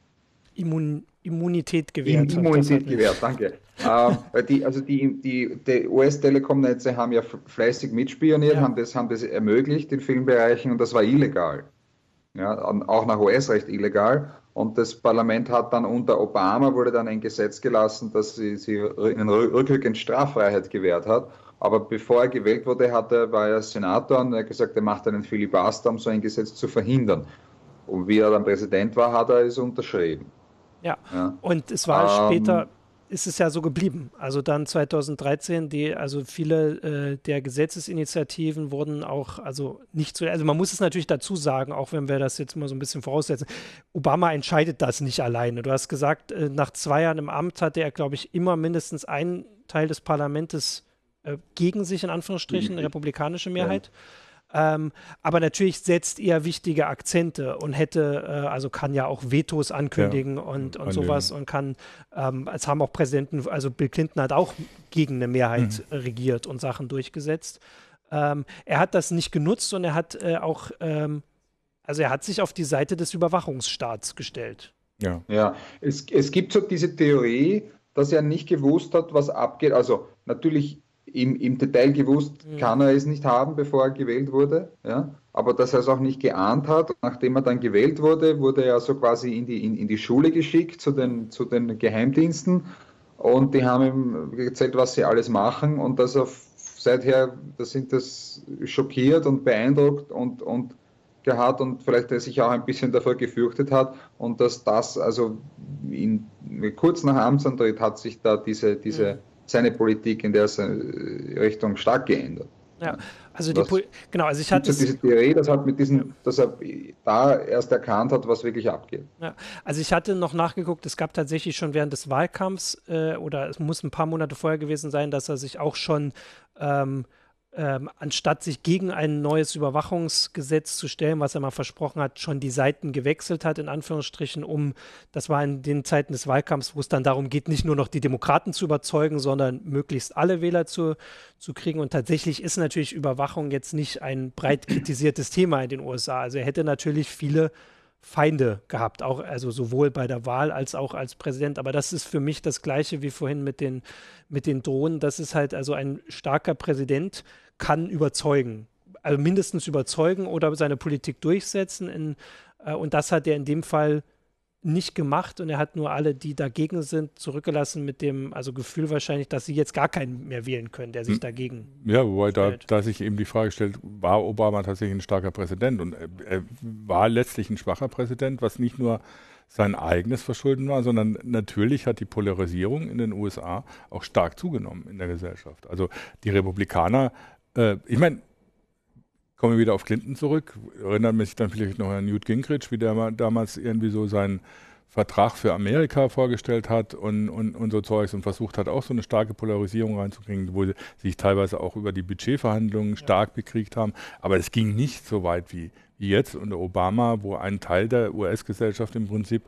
Immun, Immunität gewährt. Immunität gewährt, danke. ähm, weil die, also die, die, die U S-Telekom-Netze haben ja fleißig mitspioniert, Ja. haben, das, haben das ermöglicht in vielen Bereichen und das war illegal. Ja, auch nach U S-Recht illegal. Und das Parlament hat dann unter Obama wurde dann ein Gesetz gelassen, dass sie, sie ihnen rückwirkend Straffreiheit gewährt hat. Aber bevor er gewählt wurde, hat er, war er Senator und er hat gesagt, er macht einen Filibuster, um so ein Gesetz zu verhindern. Und wie er dann Präsident war, hat er es unterschrieben. Ja, Ja. und es war Ähm, später, ist es ja so geblieben. Also dann zweitausenddreizehn, die, also viele äh, der Gesetzesinitiativen wurden auch, also nicht so, also man muss es natürlich dazu sagen, auch wenn wir das jetzt mal so ein bisschen voraussetzen, Obama entscheidet das nicht alleine. Du hast gesagt, äh, nach zwei Jahren im Amt hatte er, glaube ich, immer mindestens einen Teil des Parlaments äh, gegen sich, in Anführungsstrichen, eine republikanische Mehrheit. Ähm, aber natürlich setzt er wichtige Akzente und hätte, äh, also kann ja auch Vetos ankündigen ja, und, und sowas und kann, ähm, es haben auch Präsidenten, also Bill Clinton hat auch gegen eine Mehrheit mhm. regiert und Sachen durchgesetzt. Ähm, er hat das nicht genutzt und er hat äh, auch, ähm, also er hat sich auf die Seite des Überwachungsstaats gestellt. Ja, ja. Es, es gibt so diese Theorie, dass er nicht gewusst hat, was abgeht. Also natürlich Im, im Detail gewusst kann er es nicht haben, bevor er gewählt wurde, ja? Aber dass er es auch nicht geahnt hat. Nachdem er dann gewählt wurde, wurde er so quasi in die, in, in die Schule geschickt zu den, zu den Geheimdiensten und die haben ihm erzählt, was sie alles machen und dass er seither, da sind das schockiert und beeindruckt und, und gehabt und vielleicht er sich auch ein bisschen davor gefürchtet hat und dass das, also in, kurz nach Amtsantritt hat sich da diese, diese mhm. seine Politik in der Richtung stark geändert. Ja, also die Pol- genau, also ich hatte so diese Theorie, dass, halt mit diesen, dass er da erst erkannt hat, was wirklich abgeht. Ja, also ich hatte noch nachgeguckt, es gab tatsächlich schon während des Wahlkampfs äh, oder es muss ein paar Monate vorher gewesen sein, dass er sich auch schon ähm, Ähm, anstatt sich gegen ein neues Überwachungsgesetz zu stellen, was er mal versprochen hat, schon die Seiten gewechselt hat, in Anführungsstrichen, um, das war in den Zeiten des Wahlkampfs, wo es dann darum geht, nicht nur noch die Demokraten zu überzeugen, sondern möglichst alle Wähler zu, zu kriegen. Und tatsächlich ist natürlich Überwachung jetzt nicht ein breit kritisiertes Thema in den U S A. Also er hätte natürlich viele Feinde gehabt, auch also sowohl bei der Wahl als auch als Präsident. Aber das ist für mich das Gleiche wie vorhin mit den, mit den Drohnen. Das ist halt also ein starker Präsident kann überzeugen, also mindestens überzeugen oder seine Politik durchsetzen. In, äh, und das hat er in dem Fall nicht gemacht und er hat nur alle, die dagegen sind, zurückgelassen mit dem also Gefühl wahrscheinlich, dass sie jetzt gar keinen mehr wählen können, der sich dagegen Ja, wobei da, da sich eben die Frage stellt, war Obama tatsächlich ein starker Präsident? Und er war letztlich ein schwacher Präsident, was nicht nur sein eigenes Verschulden war, sondern natürlich hat die Polarisierung in den U S A auch stark zugenommen in der Gesellschaft. Also die Republikaner, äh, ich meine, kommen wir wieder auf Clinton zurück, erinnert mich dann vielleicht noch an Newt Gingrich, wie der mal damals irgendwie so seinen Vertrag für Amerika vorgestellt hat und, und, und so Zeugs und versucht hat, auch so eine starke Polarisierung reinzukriegen, wo sie sich teilweise auch über die Budgetverhandlungen stark ja. bekriegt haben. Aber es ging nicht so weit wie, wie jetzt unter Obama, wo ein Teil der U S-Gesellschaft im Prinzip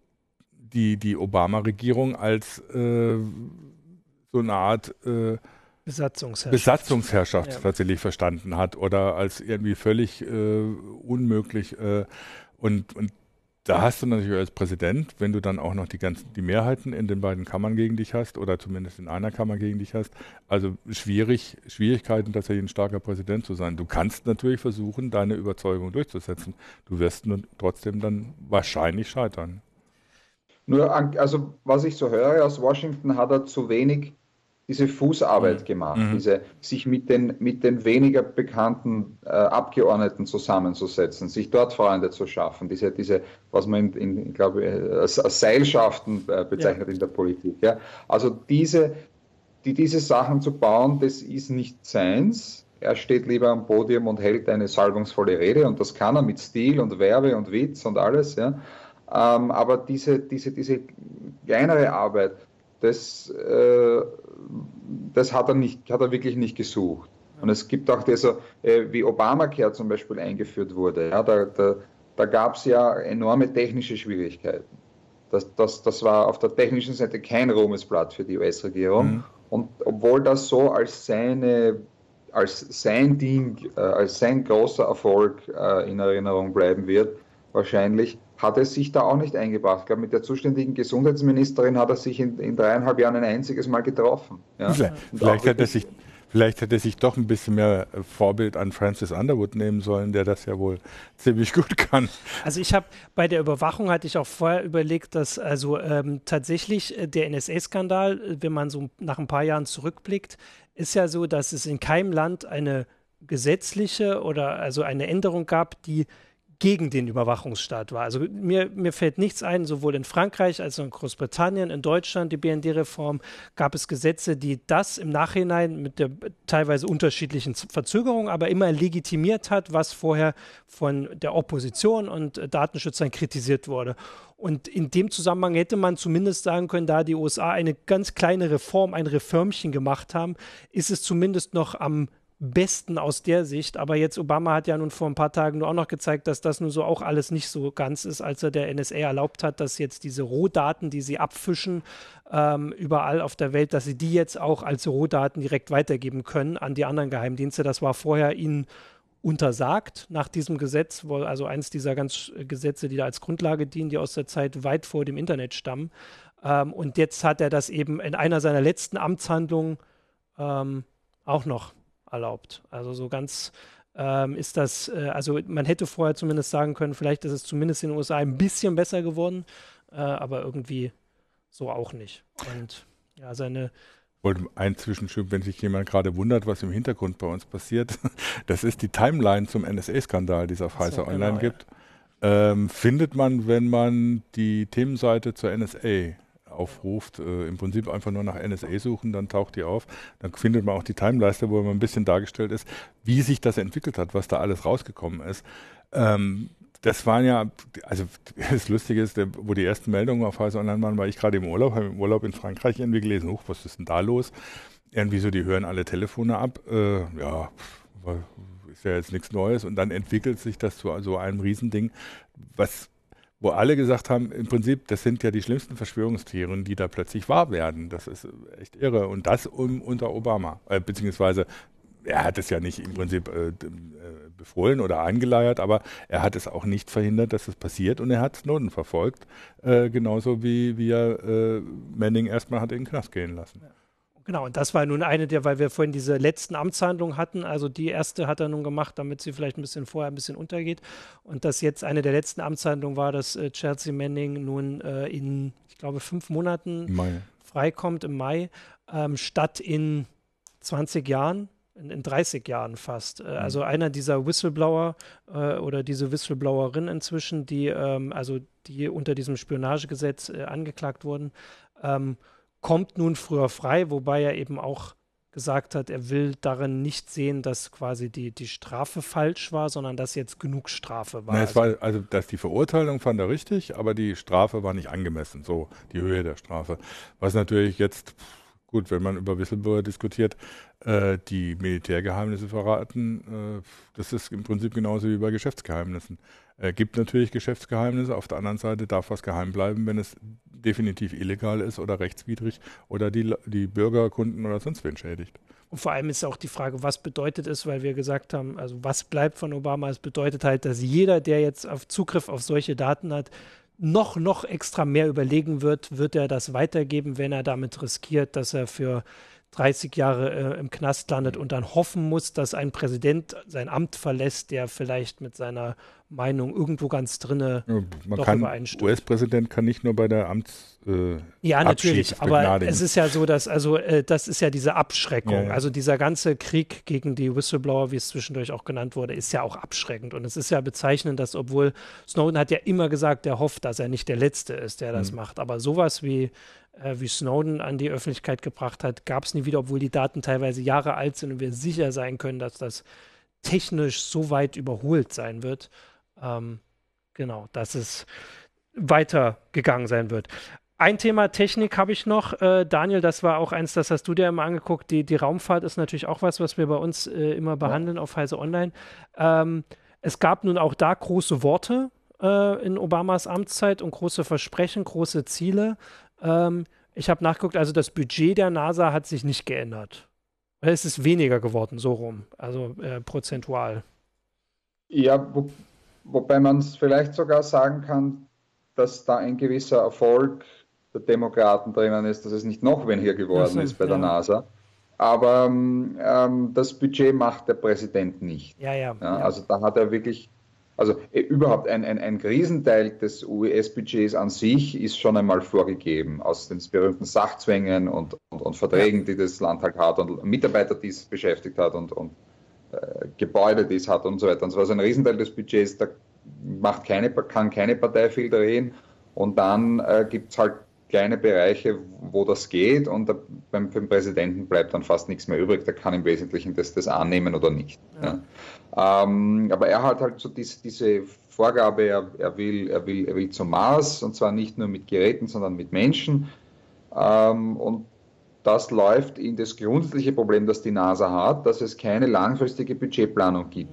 die, die Obama-Regierung als äh, so eine Art äh, Besatzungsherrschaft, Besatzungsherrschaft ja. tatsächlich verstanden hat oder als irgendwie völlig äh, unmöglich. Äh, und, und da hast du natürlich als Präsident, wenn du dann auch noch die ganzen die Mehrheiten in den beiden Kammern gegen dich hast oder zumindest in einer Kammer gegen dich hast, also schwierig, Schwierigkeiten, tatsächlich ein starker Präsident zu sein. Du kannst natürlich versuchen, deine Überzeugung durchzusetzen. Du wirst nur trotzdem dann wahrscheinlich scheitern. Nur, also was ich so höre aus Washington, hat er zu wenig diese Fußarbeit mhm. gemacht, mhm. diese sich mit den, mit den weniger bekannten äh, Abgeordneten zusammenzusetzen, sich dort Freunde zu schaffen, diese, diese was man, in, in, ich glaube, als, als Seilschaften äh, bezeichnet ja. in der Politik. Ja? Also diese, die, diese Sachen zu bauen, das ist nicht seins. Er steht lieber am Podium und hält eine salbungsvolle Rede und das kann er mit Stil und Werbe und Witz und alles. Ja? Ähm, aber diese, diese, diese kleinere Arbeit, das, äh, das hat er nicht, hat er wirklich nicht gesucht. Und es gibt auch diese, äh, wie Obamacare zum Beispiel eingeführt wurde, ja, da, da, da gab es ja enorme technische Schwierigkeiten. Das, das, das war auf der technischen Seite kein Ruhmesblatt für die U S-Regierung. Mhm. Und obwohl das so als seine, als sein Ding, äh, als sein großer Erfolg äh, in Erinnerung bleiben wird, wahrscheinlich, hat er sich da auch nicht eingebracht. Ich glaube, mit der zuständigen Gesundheitsministerin hat er sich in, in dreieinhalb Jahren ein einziges Mal getroffen. Ja? Vielleicht, vielleicht hat er sich... Vielleicht hätte er sich doch ein bisschen mehr Vorbild an Francis Underwood nehmen sollen, der das ja wohl ziemlich gut kann. Also ich habe bei der Überwachung hatte ich auch vorher überlegt, dass also ähm, tatsächlich der N S A-Skandal, wenn man so nach ein paar Jahren zurückblickt, ist ja so, dass es in keinem Land eine gesetzliche oder also eine Änderung gab, die gegen den Überwachungsstaat war. Also mir, mir fällt nichts ein, sowohl in Frankreich als auch in Großbritannien, in Deutschland, die B N D-Reform, gab es Gesetze, die das im Nachhinein mit der teilweise unterschiedlichen Verzögerung, aber immer legitimiert hat, was vorher von der Opposition und Datenschützern kritisiert wurde. Und in dem Zusammenhang hätte man zumindest sagen können, da die U S A eine ganz kleine Reform, ein Reformchen gemacht haben, ist es zumindest noch am besten aus der Sicht, aber jetzt Obama hat ja nun vor ein paar Tagen nur auch noch gezeigt, dass das nun so auch alles nicht so ganz ist, als er der N S A erlaubt hat, dass jetzt diese Rohdaten, die sie abfischen, ähm, überall auf der Welt, dass sie die jetzt auch als Rohdaten direkt weitergeben können an die anderen Geheimdienste. Das war vorher ihnen untersagt nach diesem Gesetz, wo also eins dieser ganz Gesetze, die da als Grundlage dienen, die aus der Zeit weit vor dem Internet stammen. Ähm, und jetzt hat er das eben in einer seiner letzten Amtshandlungen ähm, auch noch erlaubt. Also so ganz ähm, ist das, äh, also man hätte vorher zumindest sagen können, vielleicht ist es zumindest in den U S A ein bisschen besser geworden, äh, aber irgendwie so auch nicht. Und ja, seine wollte einen Zwischenschub, wenn sich jemand gerade wundert, was im Hintergrund bei uns passiert, das ist die Timeline zum N S A-Skandal, die es auf Heise so, Online genau, gibt. Ja. Ähm, findet man, wenn man die Themenseite zur N S A aufruft, äh, im Prinzip einfach nur nach N S A suchen, dann taucht die auf. Dann findet man auch die Timeleiste, wo immer ein bisschen dargestellt ist, wie sich das entwickelt hat, was da alles rausgekommen ist. Ähm, das waren ja, also das Lustige ist, der, wo die ersten Meldungen auf Heise Online waren, war ich gerade im Urlaub, habe im Urlaub in Frankreich irgendwie gelesen, huch, was ist denn da los? Irgendwie so, die hören alle Telefone ab. Äh, ja, ist ja jetzt nichts Neues. Und dann entwickelt sich das zu so einem Riesending, was wo alle gesagt haben, im Prinzip, das sind ja die schlimmsten Verschwörungstheorien, die da plötzlich wahr werden. Das ist echt irre. Und das um, unter Obama. Äh, beziehungsweise, er hat es ja nicht im Prinzip äh, befohlen oder eingeleiert, aber er hat es auch nicht verhindert, dass es passiert. Und er hat Snowden verfolgt, äh, genauso wie, wie er äh, Manning erstmal hat in den Knast gehen lassen. Ja. Genau, und das war nun eine der, weil wir vorhin diese letzten Amtshandlungen hatten, also die erste hat er nun gemacht, damit sie vielleicht ein bisschen vorher ein bisschen untergeht. Und das jetzt eine der letzten Amtshandlungen war, dass äh, Chelsea Manning nun äh, in, ich glaube, fünf Monaten Mai. freikommt im Mai, ähm, statt in zwanzig Jahren, in, in dreißig Jahren fast. Äh, mhm. Also einer dieser Whistleblower äh, oder diese Whistleblowerin inzwischen, die, ähm, also die unter diesem Spionagegesetz äh, angeklagt wurden, ähm, kommt nun früher frei, wobei er eben auch gesagt hat, er will darin nicht sehen, dass quasi die, die Strafe falsch war, sondern dass jetzt genug Strafe war. Na, es war also, dass die Verurteilung fand er richtig, aber die Strafe war nicht angemessen, so die Höhe der Strafe. Was natürlich jetzt, gut, wenn man über Whistleblower diskutiert, äh, die Militärgeheimnisse verraten, äh, das ist im Prinzip genauso wie bei Geschäftsgeheimnissen. Es gibt natürlich Geschäftsgeheimnisse, auf der anderen Seite darf was geheim bleiben, wenn es definitiv illegal ist oder rechtswidrig oder die, die Bürger, Kunden oder sonst wen schädigt. Und vor allem ist auch die Frage, was bedeutet es, weil wir gesagt haben, also was bleibt von Obama? Es bedeutet halt, dass jeder, der jetzt auf Zugriff auf solche Daten hat, noch, noch extra mehr überlegen wird, wird er das weitergeben, wenn er damit riskiert, dass er für dreißig Jahre äh, im Knast landet und dann hoffen muss, dass ein Präsident sein Amt verlässt, der vielleicht mit seiner Meinung irgendwo ganz drinne ja, man doch kann, übereinstimmt. U S-Präsident kann nicht nur bei der Amts äh, Ja, natürlich, aber es ist ja so, dass, also äh, das ist ja diese Abschreckung, ja, ja. Also dieser ganze Krieg gegen die Whistleblower, wie es zwischendurch auch genannt wurde, ist ja auch abschreckend und es ist ja bezeichnend, dass obwohl Snowden hat ja immer gesagt, er hofft, dass er nicht der Letzte ist, der das mhm. macht, aber sowas wie wie Snowden an die Öffentlichkeit gebracht hat, gab es nie wieder, obwohl die Daten teilweise Jahre alt sind und wir sicher sein können, dass das technisch so weit überholt sein wird. Ähm, genau, dass es weitergegangen sein wird. Ein Thema Technik habe ich noch. Äh, Daniel, das war auch eins, das hast du dir immer angeguckt. Die, die Raumfahrt ist natürlich auch was, was wir bei uns äh, immer behandeln ja. auf Heise Online. Ähm, es gab nun auch da große Worte äh, in Obamas Amtszeit und große Versprechen, große Ziele. Ähm, ich habe nachgeguckt, also das Budget der NASA hat sich nicht geändert. Es ist weniger geworden, so rum, also äh, prozentual. Ja, wo, wobei man es vielleicht sogar sagen kann, dass da ein gewisser Erfolg der Demokraten drinnen ist, dass es nicht noch weniger geworden so, ist bei ja. der NASA. Aber ähm, das Budget macht der Präsident nicht. Ja, ja, Ja, ja. also da hat er wirklich, also äh, überhaupt ein, ein, ein Riesenteil des U S-Budgets an sich ist schon einmal vorgegeben, aus den berühmten Sachzwängen und, und, und Verträgen, ja. die das Land halt hat und Mitarbeiter, die es beschäftigt hat und, und äh, Gebäude, die es hat und so weiter. Und so also ein Riesenteil des Budgets, da macht keine, kann keine Partei viel drehen und dann äh, gibt es halt kleine Bereiche, wo das geht und da, beim, beim Präsidenten bleibt dann fast nichts mehr übrig, der kann im Wesentlichen das, das annehmen oder nicht. Ja. Ja. Ähm, aber er hat halt so diese, diese Vorgabe, er, er, will, er, will, er will zum Mars und zwar nicht nur mit Geräten, sondern mit Menschen ähm, und das läuft in das grundsätzliche Problem, das die NASA hat, dass es keine langfristige Budgetplanung gibt.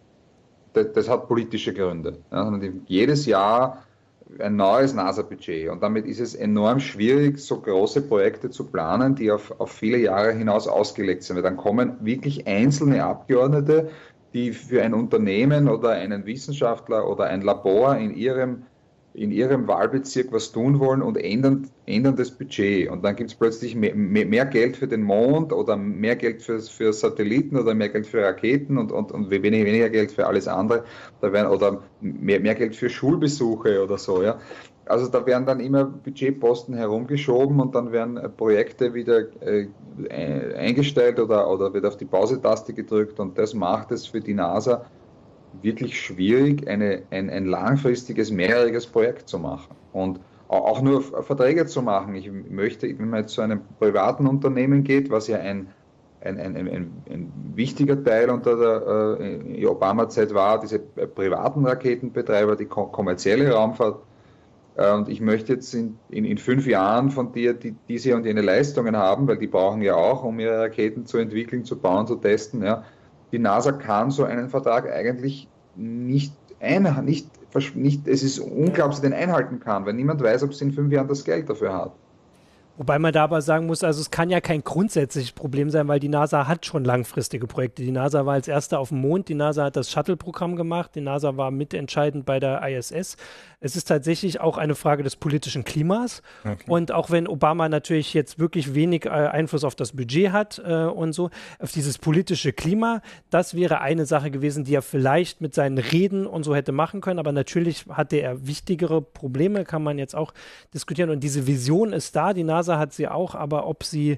Das, das hat politische Gründe. Ja, jedes Jahr ein neues NASA-Budget und damit ist es enorm schwierig, so große Projekte zu planen, die auf, auf viele Jahre hinaus ausgelegt sind. Weil dann kommen wirklich einzelne Abgeordnete, die für ein Unternehmen oder einen Wissenschaftler oder ein Labor in ihrem, in ihrem Wahlbezirk was tun wollen und ändern, ändern das Budget. Und dann gibt es plötzlich mehr, mehr, mehr Geld für den Mond oder mehr Geld für, für Satelliten oder mehr Geld für Raketen und, und, und weniger, weniger Geld für alles andere. Da werden, oder mehr, mehr Geld für Schulbesuche oder so. Ja. Also da werden dann immer Budgetposten herumgeschoben und dann werden Projekte wieder äh, eingestellt oder, oder wird auf die Pause-Taste gedrückt und das macht es für die NASA wirklich schwierig, eine, ein, ein langfristiges, mehrjähriges Projekt zu machen und auch nur Verträge zu machen. Ich möchte, wenn man jetzt zu einem privaten Unternehmen geht, was ja ein, ein, ein, ein, ein wichtiger Teil unter der äh, Obama-Zeit war, diese privaten Raketenbetreiber, die kommerzielle Raumfahrt. Äh, und ich möchte jetzt in, in, in fünf Jahren von dir die, diese und jene Leistungen haben, weil die brauchen ja auch, um ihre Raketen zu entwickeln, zu bauen, zu testen. Ja. Die NASA kann so einen Vertrag eigentlich nicht ein, nicht, nicht, es ist unglaublich, dass sie den einhalten kann, weil niemand weiß, ob sie in fünf Jahren das Geld dafür hat. Wobei man da aber sagen muss, also es kann ja kein grundsätzliches Problem sein, weil die NASA hat schon langfristige Projekte. Die NASA war als erste auf dem Mond, die NASA hat das Shuttle-Programm gemacht, die NASA war mitentscheidend bei der I S S. Es ist tatsächlich auch eine Frage des politischen Klimas. Okay. Und auch wenn Obama natürlich jetzt wirklich wenig äh, Einfluss auf das Budget hat äh, und so, auf dieses politische Klima, das wäre eine Sache gewesen, die er vielleicht mit seinen Reden und so hätte machen können. Aber natürlich hatte er wichtigere Probleme, kann man jetzt auch diskutieren. Und diese Vision ist da, die NASA hat sie auch, aber ob sie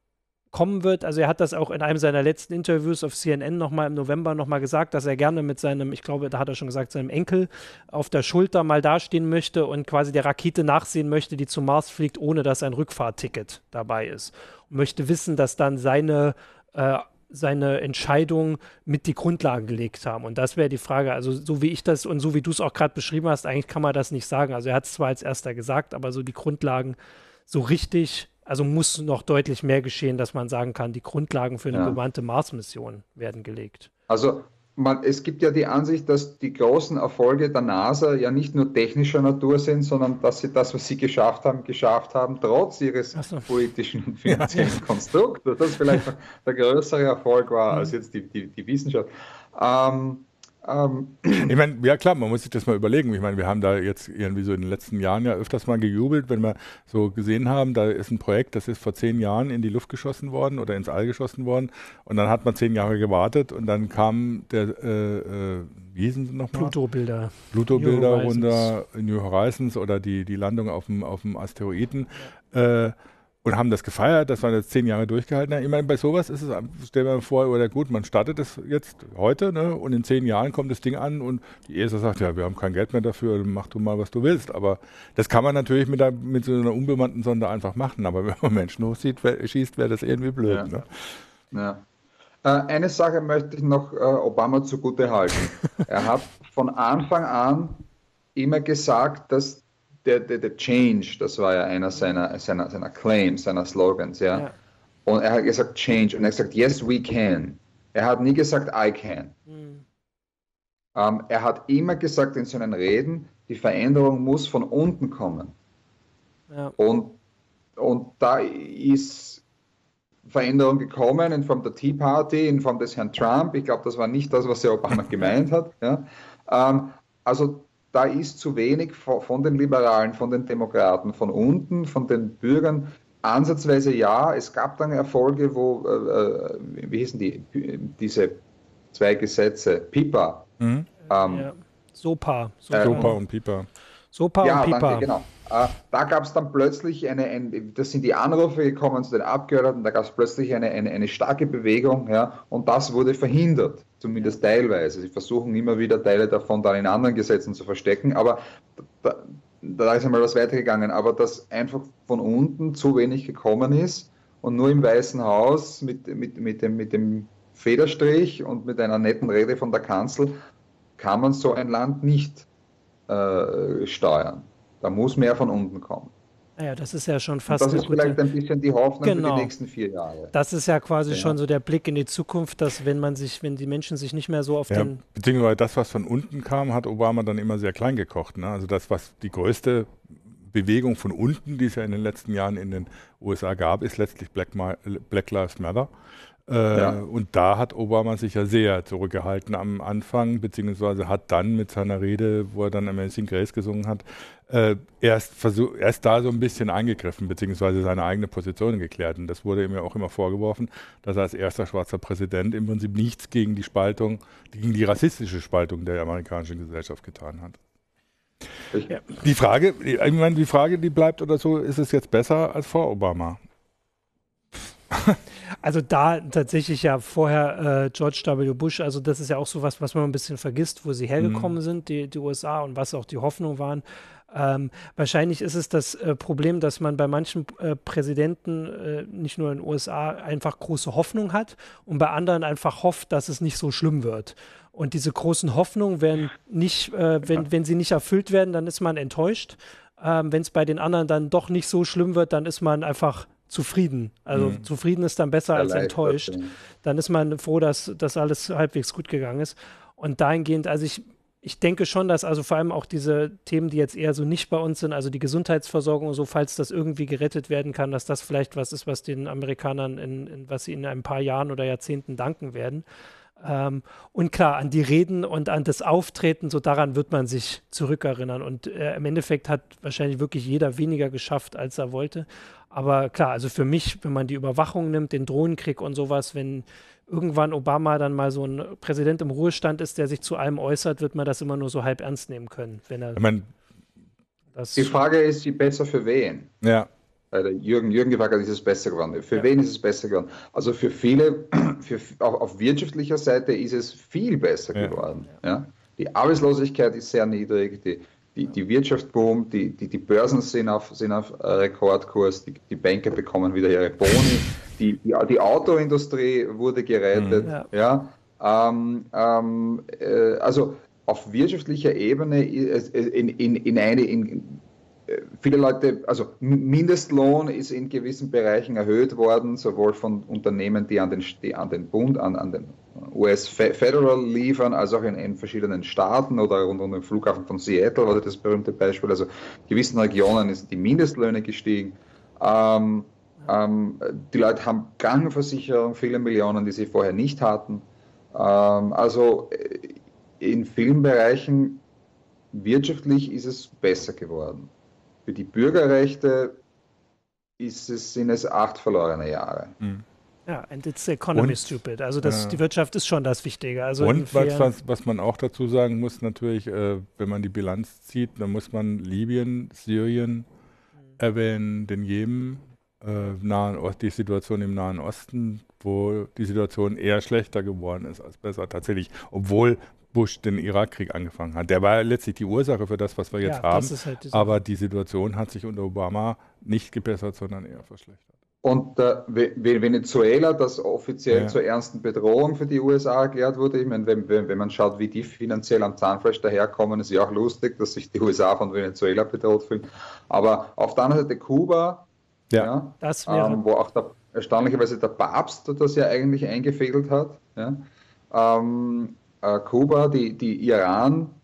kommen wird, also er hat das auch in einem seiner letzten Interviews auf C N N nochmal im November nochmal gesagt, dass er gerne mit seinem, ich glaube, da hat er schon gesagt, seinem Enkel auf der Schulter mal dastehen möchte und quasi der Rakete nachsehen möchte, die zum Mars fliegt, ohne dass ein Rückfahrticket dabei ist. Und möchte wissen, dass dann seine äh, seine Entscheidung mit die Grundlagen gelegt haben. Und das wäre die Frage, also so wie ich das und so wie du es auch gerade beschrieben hast, eigentlich kann man das nicht sagen. Also er hat es zwar als erster gesagt, aber so die Grundlagen so richtig, also muss noch deutlich mehr geschehen, dass man sagen kann, die Grundlagen für eine ja. bemannte Mars-Mission werden gelegt. Also man, es gibt ja die Ansicht, dass die großen Erfolge der NASA ja nicht nur technischer Natur sind, sondern dass sie das, was sie geschafft haben, geschafft haben, trotz ihres so. politischen und finanziellen ja. Konstrukts. Dass das vielleicht der größere Erfolg war, mhm. als jetzt die, die, die Wissenschaft. Ähm, Ähm. Ich meine, ja klar, man muss sich das mal überlegen. Ich meine, wir haben da jetzt irgendwie so in den letzten Jahren ja öfters mal gejubelt, wenn wir so gesehen haben, da ist ein Projekt, das ist vor zehn Jahren in die Luft geschossen worden oder ins All geschossen worden und dann hat man zehn Jahre gewartet und dann kam der, äh, äh, wie hießen sie nochmal? Pluto-Bilder. Pluto-Bilder runter, New Horizons oder die, die Landung auf dem, auf dem Asteroiden. Ja. Äh, Und haben das gefeiert, dass man jetzt zehn Jahre durchgehalten hat. Ich meine, bei sowas ist es, stellen wir mal vor, oder gut, man startet es jetzt heute, ne, und in zehn Jahren kommt das Ding an und die E S A sagt, ja, wir haben kein Geld mehr dafür, mach du mal, was du willst. Aber das kann man natürlich mit, der, mit so einer unbemannten Sonde einfach machen. Aber wenn man Menschen hochschießt, wäre das irgendwie blöd. Ja. Ne? Ja. Äh, eine Sache möchte ich noch äh, Obama zugute halten. Er hat von Anfang an immer gesagt, dass Der, der, der Change, das war ja einer seiner, seiner, seiner Claims, seiner Slogans, ja? ja. Und er hat gesagt Change und er hat gesagt, yes, we can. Er hat nie gesagt, I can. Mhm. Ähm, er hat immer gesagt in seinen Reden, die Veränderung muss von unten kommen. Ja. Und, und da ist Veränderung gekommen in Form der Tea Party, in Form des Herrn Trump. Ich glaube, das war nicht das, was Herr Obama gemeint hat. Ja. Ähm, also da ist zu wenig von den Liberalen, von den Demokraten, von unten, von den Bürgern. Ansatzweise ja, es gab dann Erfolge, wo, äh, wie hießen die, diese zwei Gesetze, PIPA. Mhm. Ähm, ja. SOPA. SOPA, SOPA und PIPA. SOPA ja, und PIPA. Danke, genau. Äh, da gab es dann plötzlich eine, ein, das sind die Anrufe gekommen zu den Abgeordneten, da gab es plötzlich eine, eine, eine starke Bewegung, ja, und das wurde verhindert, zumindest teilweise. Sie versuchen immer wieder Teile davon dann in anderen Gesetzen zu verstecken, aber da, da ist einmal was weitergegangen, aber dass einfach von unten zu wenig gekommen ist und nur im Weißen Haus mit, mit, mit, dem, mit dem Federstrich und mit einer netten Rede von der Kanzel kann man so ein Land nicht äh, steuern. Da muss mehr von unten kommen. Naja, das ist ja schon fast. Und das ist gute... vielleicht ein bisschen die Hoffnung genau. für die nächsten vier Jahre. Das ist ja quasi ja. schon so der Blick in die Zukunft, dass wenn man sich, wenn die Menschen sich nicht mehr so auf ja, den. Beziehungsweise das, was von unten kam, hat Obama dann immer sehr klein gekocht. Ne? Also das, was die größte Bewegung von unten, die es ja in den letzten Jahren in den U S A gab, ist letztlich Black, Black Lives Matter. Äh, ja. Und da hat Obama sich ja sehr zurückgehalten am Anfang, beziehungsweise hat dann mit seiner Rede, wo er dann Amazing Grace gesungen hat, äh, erst, versuch, erst da so ein bisschen eingegriffen, beziehungsweise seine eigene Position geklärt. Und das wurde ihm ja auch immer vorgeworfen, dass er als erster schwarzer Präsident im Prinzip nichts gegen die Spaltung, gegen die rassistische Spaltung der amerikanischen Gesellschaft getan hat. Ja. Die Frage, ich meine, die Frage, die bleibt oder so, ist es jetzt besser als vor Obama? Also da tatsächlich ja vorher äh, George W. Bush, also das ist ja auch so was, was man ein bisschen vergisst, wo sie hergekommen mhm. sind, die, die U S A, und was auch die Hoffnung waren. Ähm, wahrscheinlich ist es das äh, Problem, dass man bei manchen äh, Präsidenten, äh, nicht nur in den U S A, einfach große Hoffnung hat und bei anderen einfach hofft, dass es nicht so schlimm wird. Und diese großen Hoffnungen werden nicht, äh, wenn, wenn sie nicht erfüllt werden, dann ist man enttäuscht. Ähm, wenn es bei den anderen dann doch nicht so schlimm wird, dann ist man einfach zufrieden. Also mhm. zufrieden ist dann besser als enttäuscht. Dann ist man froh, dass das alles halbwegs gut gegangen ist. Und dahingehend, also ich, ich denke schon, dass also vor allem auch diese Themen, die jetzt eher so nicht bei uns sind, also die Gesundheitsversorgung und so, falls das irgendwie gerettet werden kann, dass das vielleicht was ist, was den Amerikanern, in, in was sie in ein paar Jahren oder Jahrzehnten danken werden. Ähm, und klar, an die Reden und an das Auftreten, so daran wird man sich zurückerinnern. Und äh, im Endeffekt hat wahrscheinlich wirklich jeder weniger geschafft, als er wollte. Aber klar, also für mich, wenn man die Überwachung nimmt, den Drohnenkrieg und sowas, wenn irgendwann Obama dann mal so ein Präsident im Ruhestand ist, der sich zu allem äußert, wird man das immer nur so halb ernst nehmen können. Wenn er ich mein, das die Frage ist, wie besser für wen? Ja. Jürgen, Jürgen gefragt hat, ist es besser geworden? Für ja. wen ist es besser geworden? Also für viele, für, auf, auf wirtschaftlicher Seite ist es viel besser ja. geworden. Ja? Die Arbeitslosigkeit ist sehr niedrig, die, die, die Wirtschaft boomt, die, die, die Börsen sind auf, sind auf Rekordkurs, die, die Banker bekommen wieder ihre Boni, die, die, die Autoindustrie wurde gerettet. Mhm. Ja? Ja? Ähm, ähm, äh, also auf wirtschaftlicher Ebene in, in, in eine... In, Viele Leute, also Mindestlohn ist in gewissen Bereichen erhöht worden, sowohl von Unternehmen, die an den, die an den Bund, an, an den U S Federal liefern, als auch in, in verschiedenen Staaten oder rund um den Flughafen von Seattle war das berühmte Beispiel. Also in gewissen Regionen sind die Mindestlöhne gestiegen. Ähm, ähm, die Leute haben Krankenversicherung, viele Millionen, die sie vorher nicht hatten. Ähm, also in vielen Bereichen wirtschaftlich ist es besser geworden. Für die Bürgerrechte ist es, sind es acht verlorene Jahre. Ja, and it's the economy und, stupid. Also das, äh, die Wirtschaft ist schon das Wichtige. Also und was, was, was man auch dazu sagen muss, natürlich, äh, wenn man die Bilanz zieht, dann muss man Libyen, Syrien mhm. erwähnen, den Jemen, äh, Nahen Ost, die Situation im Nahen Osten, wo die Situation eher schlechter geworden ist als besser. Tatsächlich, obwohl Bush den Irakkrieg angefangen hat. Der war ja letztlich die Ursache für das, was wir jetzt ja, haben. Halt aber die Situation hat sich unter Obama nicht gebessert, sondern eher verschlechtert. Und äh, Venezuela, das offiziell ja. zur ernsten Bedrohung für die U S A erklärt wurde, ich meine, wenn, wenn, wenn man schaut, wie die finanziell am Zahnfleisch daherkommen, ist ja auch lustig, dass sich die U S A von Venezuela bedroht fühlen. Aber auf der anderen Seite Kuba, ja. Ja, das wäre ähm, wo auch der, erstaunlicherweise der Papst das ja eigentlich eingefädelt hat, ja, ähm, Kuba, die, die Iran,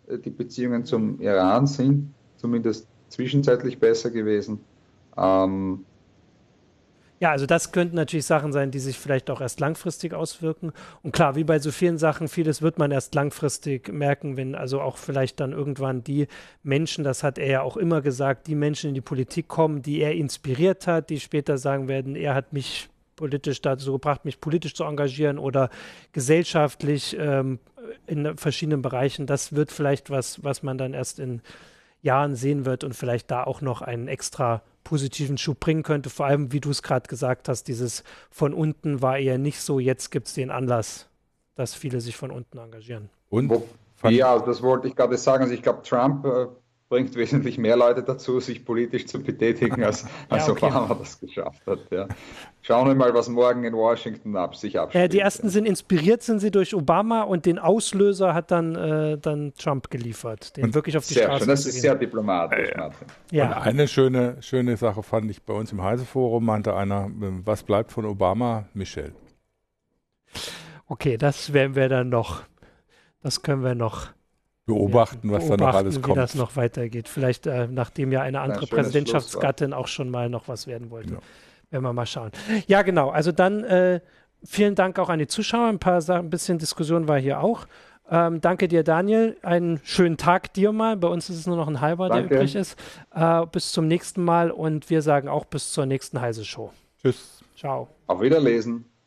die Beziehungen zum Iran sind zumindest zwischenzeitlich besser gewesen. Ähm, Ja, also das könnten natürlich Sachen sein, die sich vielleicht auch erst langfristig auswirken. Und klar, wie bei so vielen Sachen, vieles wird man erst langfristig merken, wenn also auch vielleicht dann irgendwann die Menschen, das hat er ja auch immer gesagt, die Menschen in die Politik kommen, die er inspiriert hat, die später sagen werden, er hat mich politisch dazu gebracht, mich politisch zu engagieren oder gesellschaftlich ähm, in verschiedenen Bereichen. Das wird vielleicht was, was man dann erst in Jahren sehen wird und vielleicht da auch noch einen extra positiven Schub bringen könnte. Vor allem, wie du es gerade gesagt hast, dieses von unten war eher nicht so, jetzt gibt es den Anlass, dass viele sich von unten engagieren. Und? Wo, ja, das wollte ich gerade sagen. Also ich glaube, Trump äh, bringt wesentlich mehr Leute dazu, sich politisch zu betätigen, als, als ja, okay. Obama das geschafft hat. Ja. Schauen wir mal, was morgen in Washington ab sich abspielt. Äh, die ersten ja. sind inspiriert, sind sie durch Obama und den Auslöser hat dann, äh, dann Trump geliefert, den und wirklich auf die sehr Straße schön. Das ist sehr diplomatisch. Ja, ja. Und eine schöne, schöne Sache fand ich bei uns im Heise-Forum, meinte einer, was bleibt von Obama? Michelle. Okay, das werden wir dann noch, das können wir noch beobachten, was beobachten, da noch alles wie kommt. Wie das noch weitergeht. Vielleicht, äh, nachdem ja eine andere Präsidentschaftsgattin auch schon mal noch was werden wollte. Ja. Werden wir mal schauen. Ja, genau. Also dann äh, vielen Dank auch an die Zuschauer. Ein paar Sachen, ein bisschen Diskussion war hier auch. Ähm, danke dir, Daniel. Einen schönen Tag dir mal. Bei uns ist es nur noch ein halber, danke. Der übrig ist. Äh, bis zum nächsten Mal und wir sagen auch bis zur nächsten Heise-Show. Tschüss. Ciao. Auf Wiederlesen.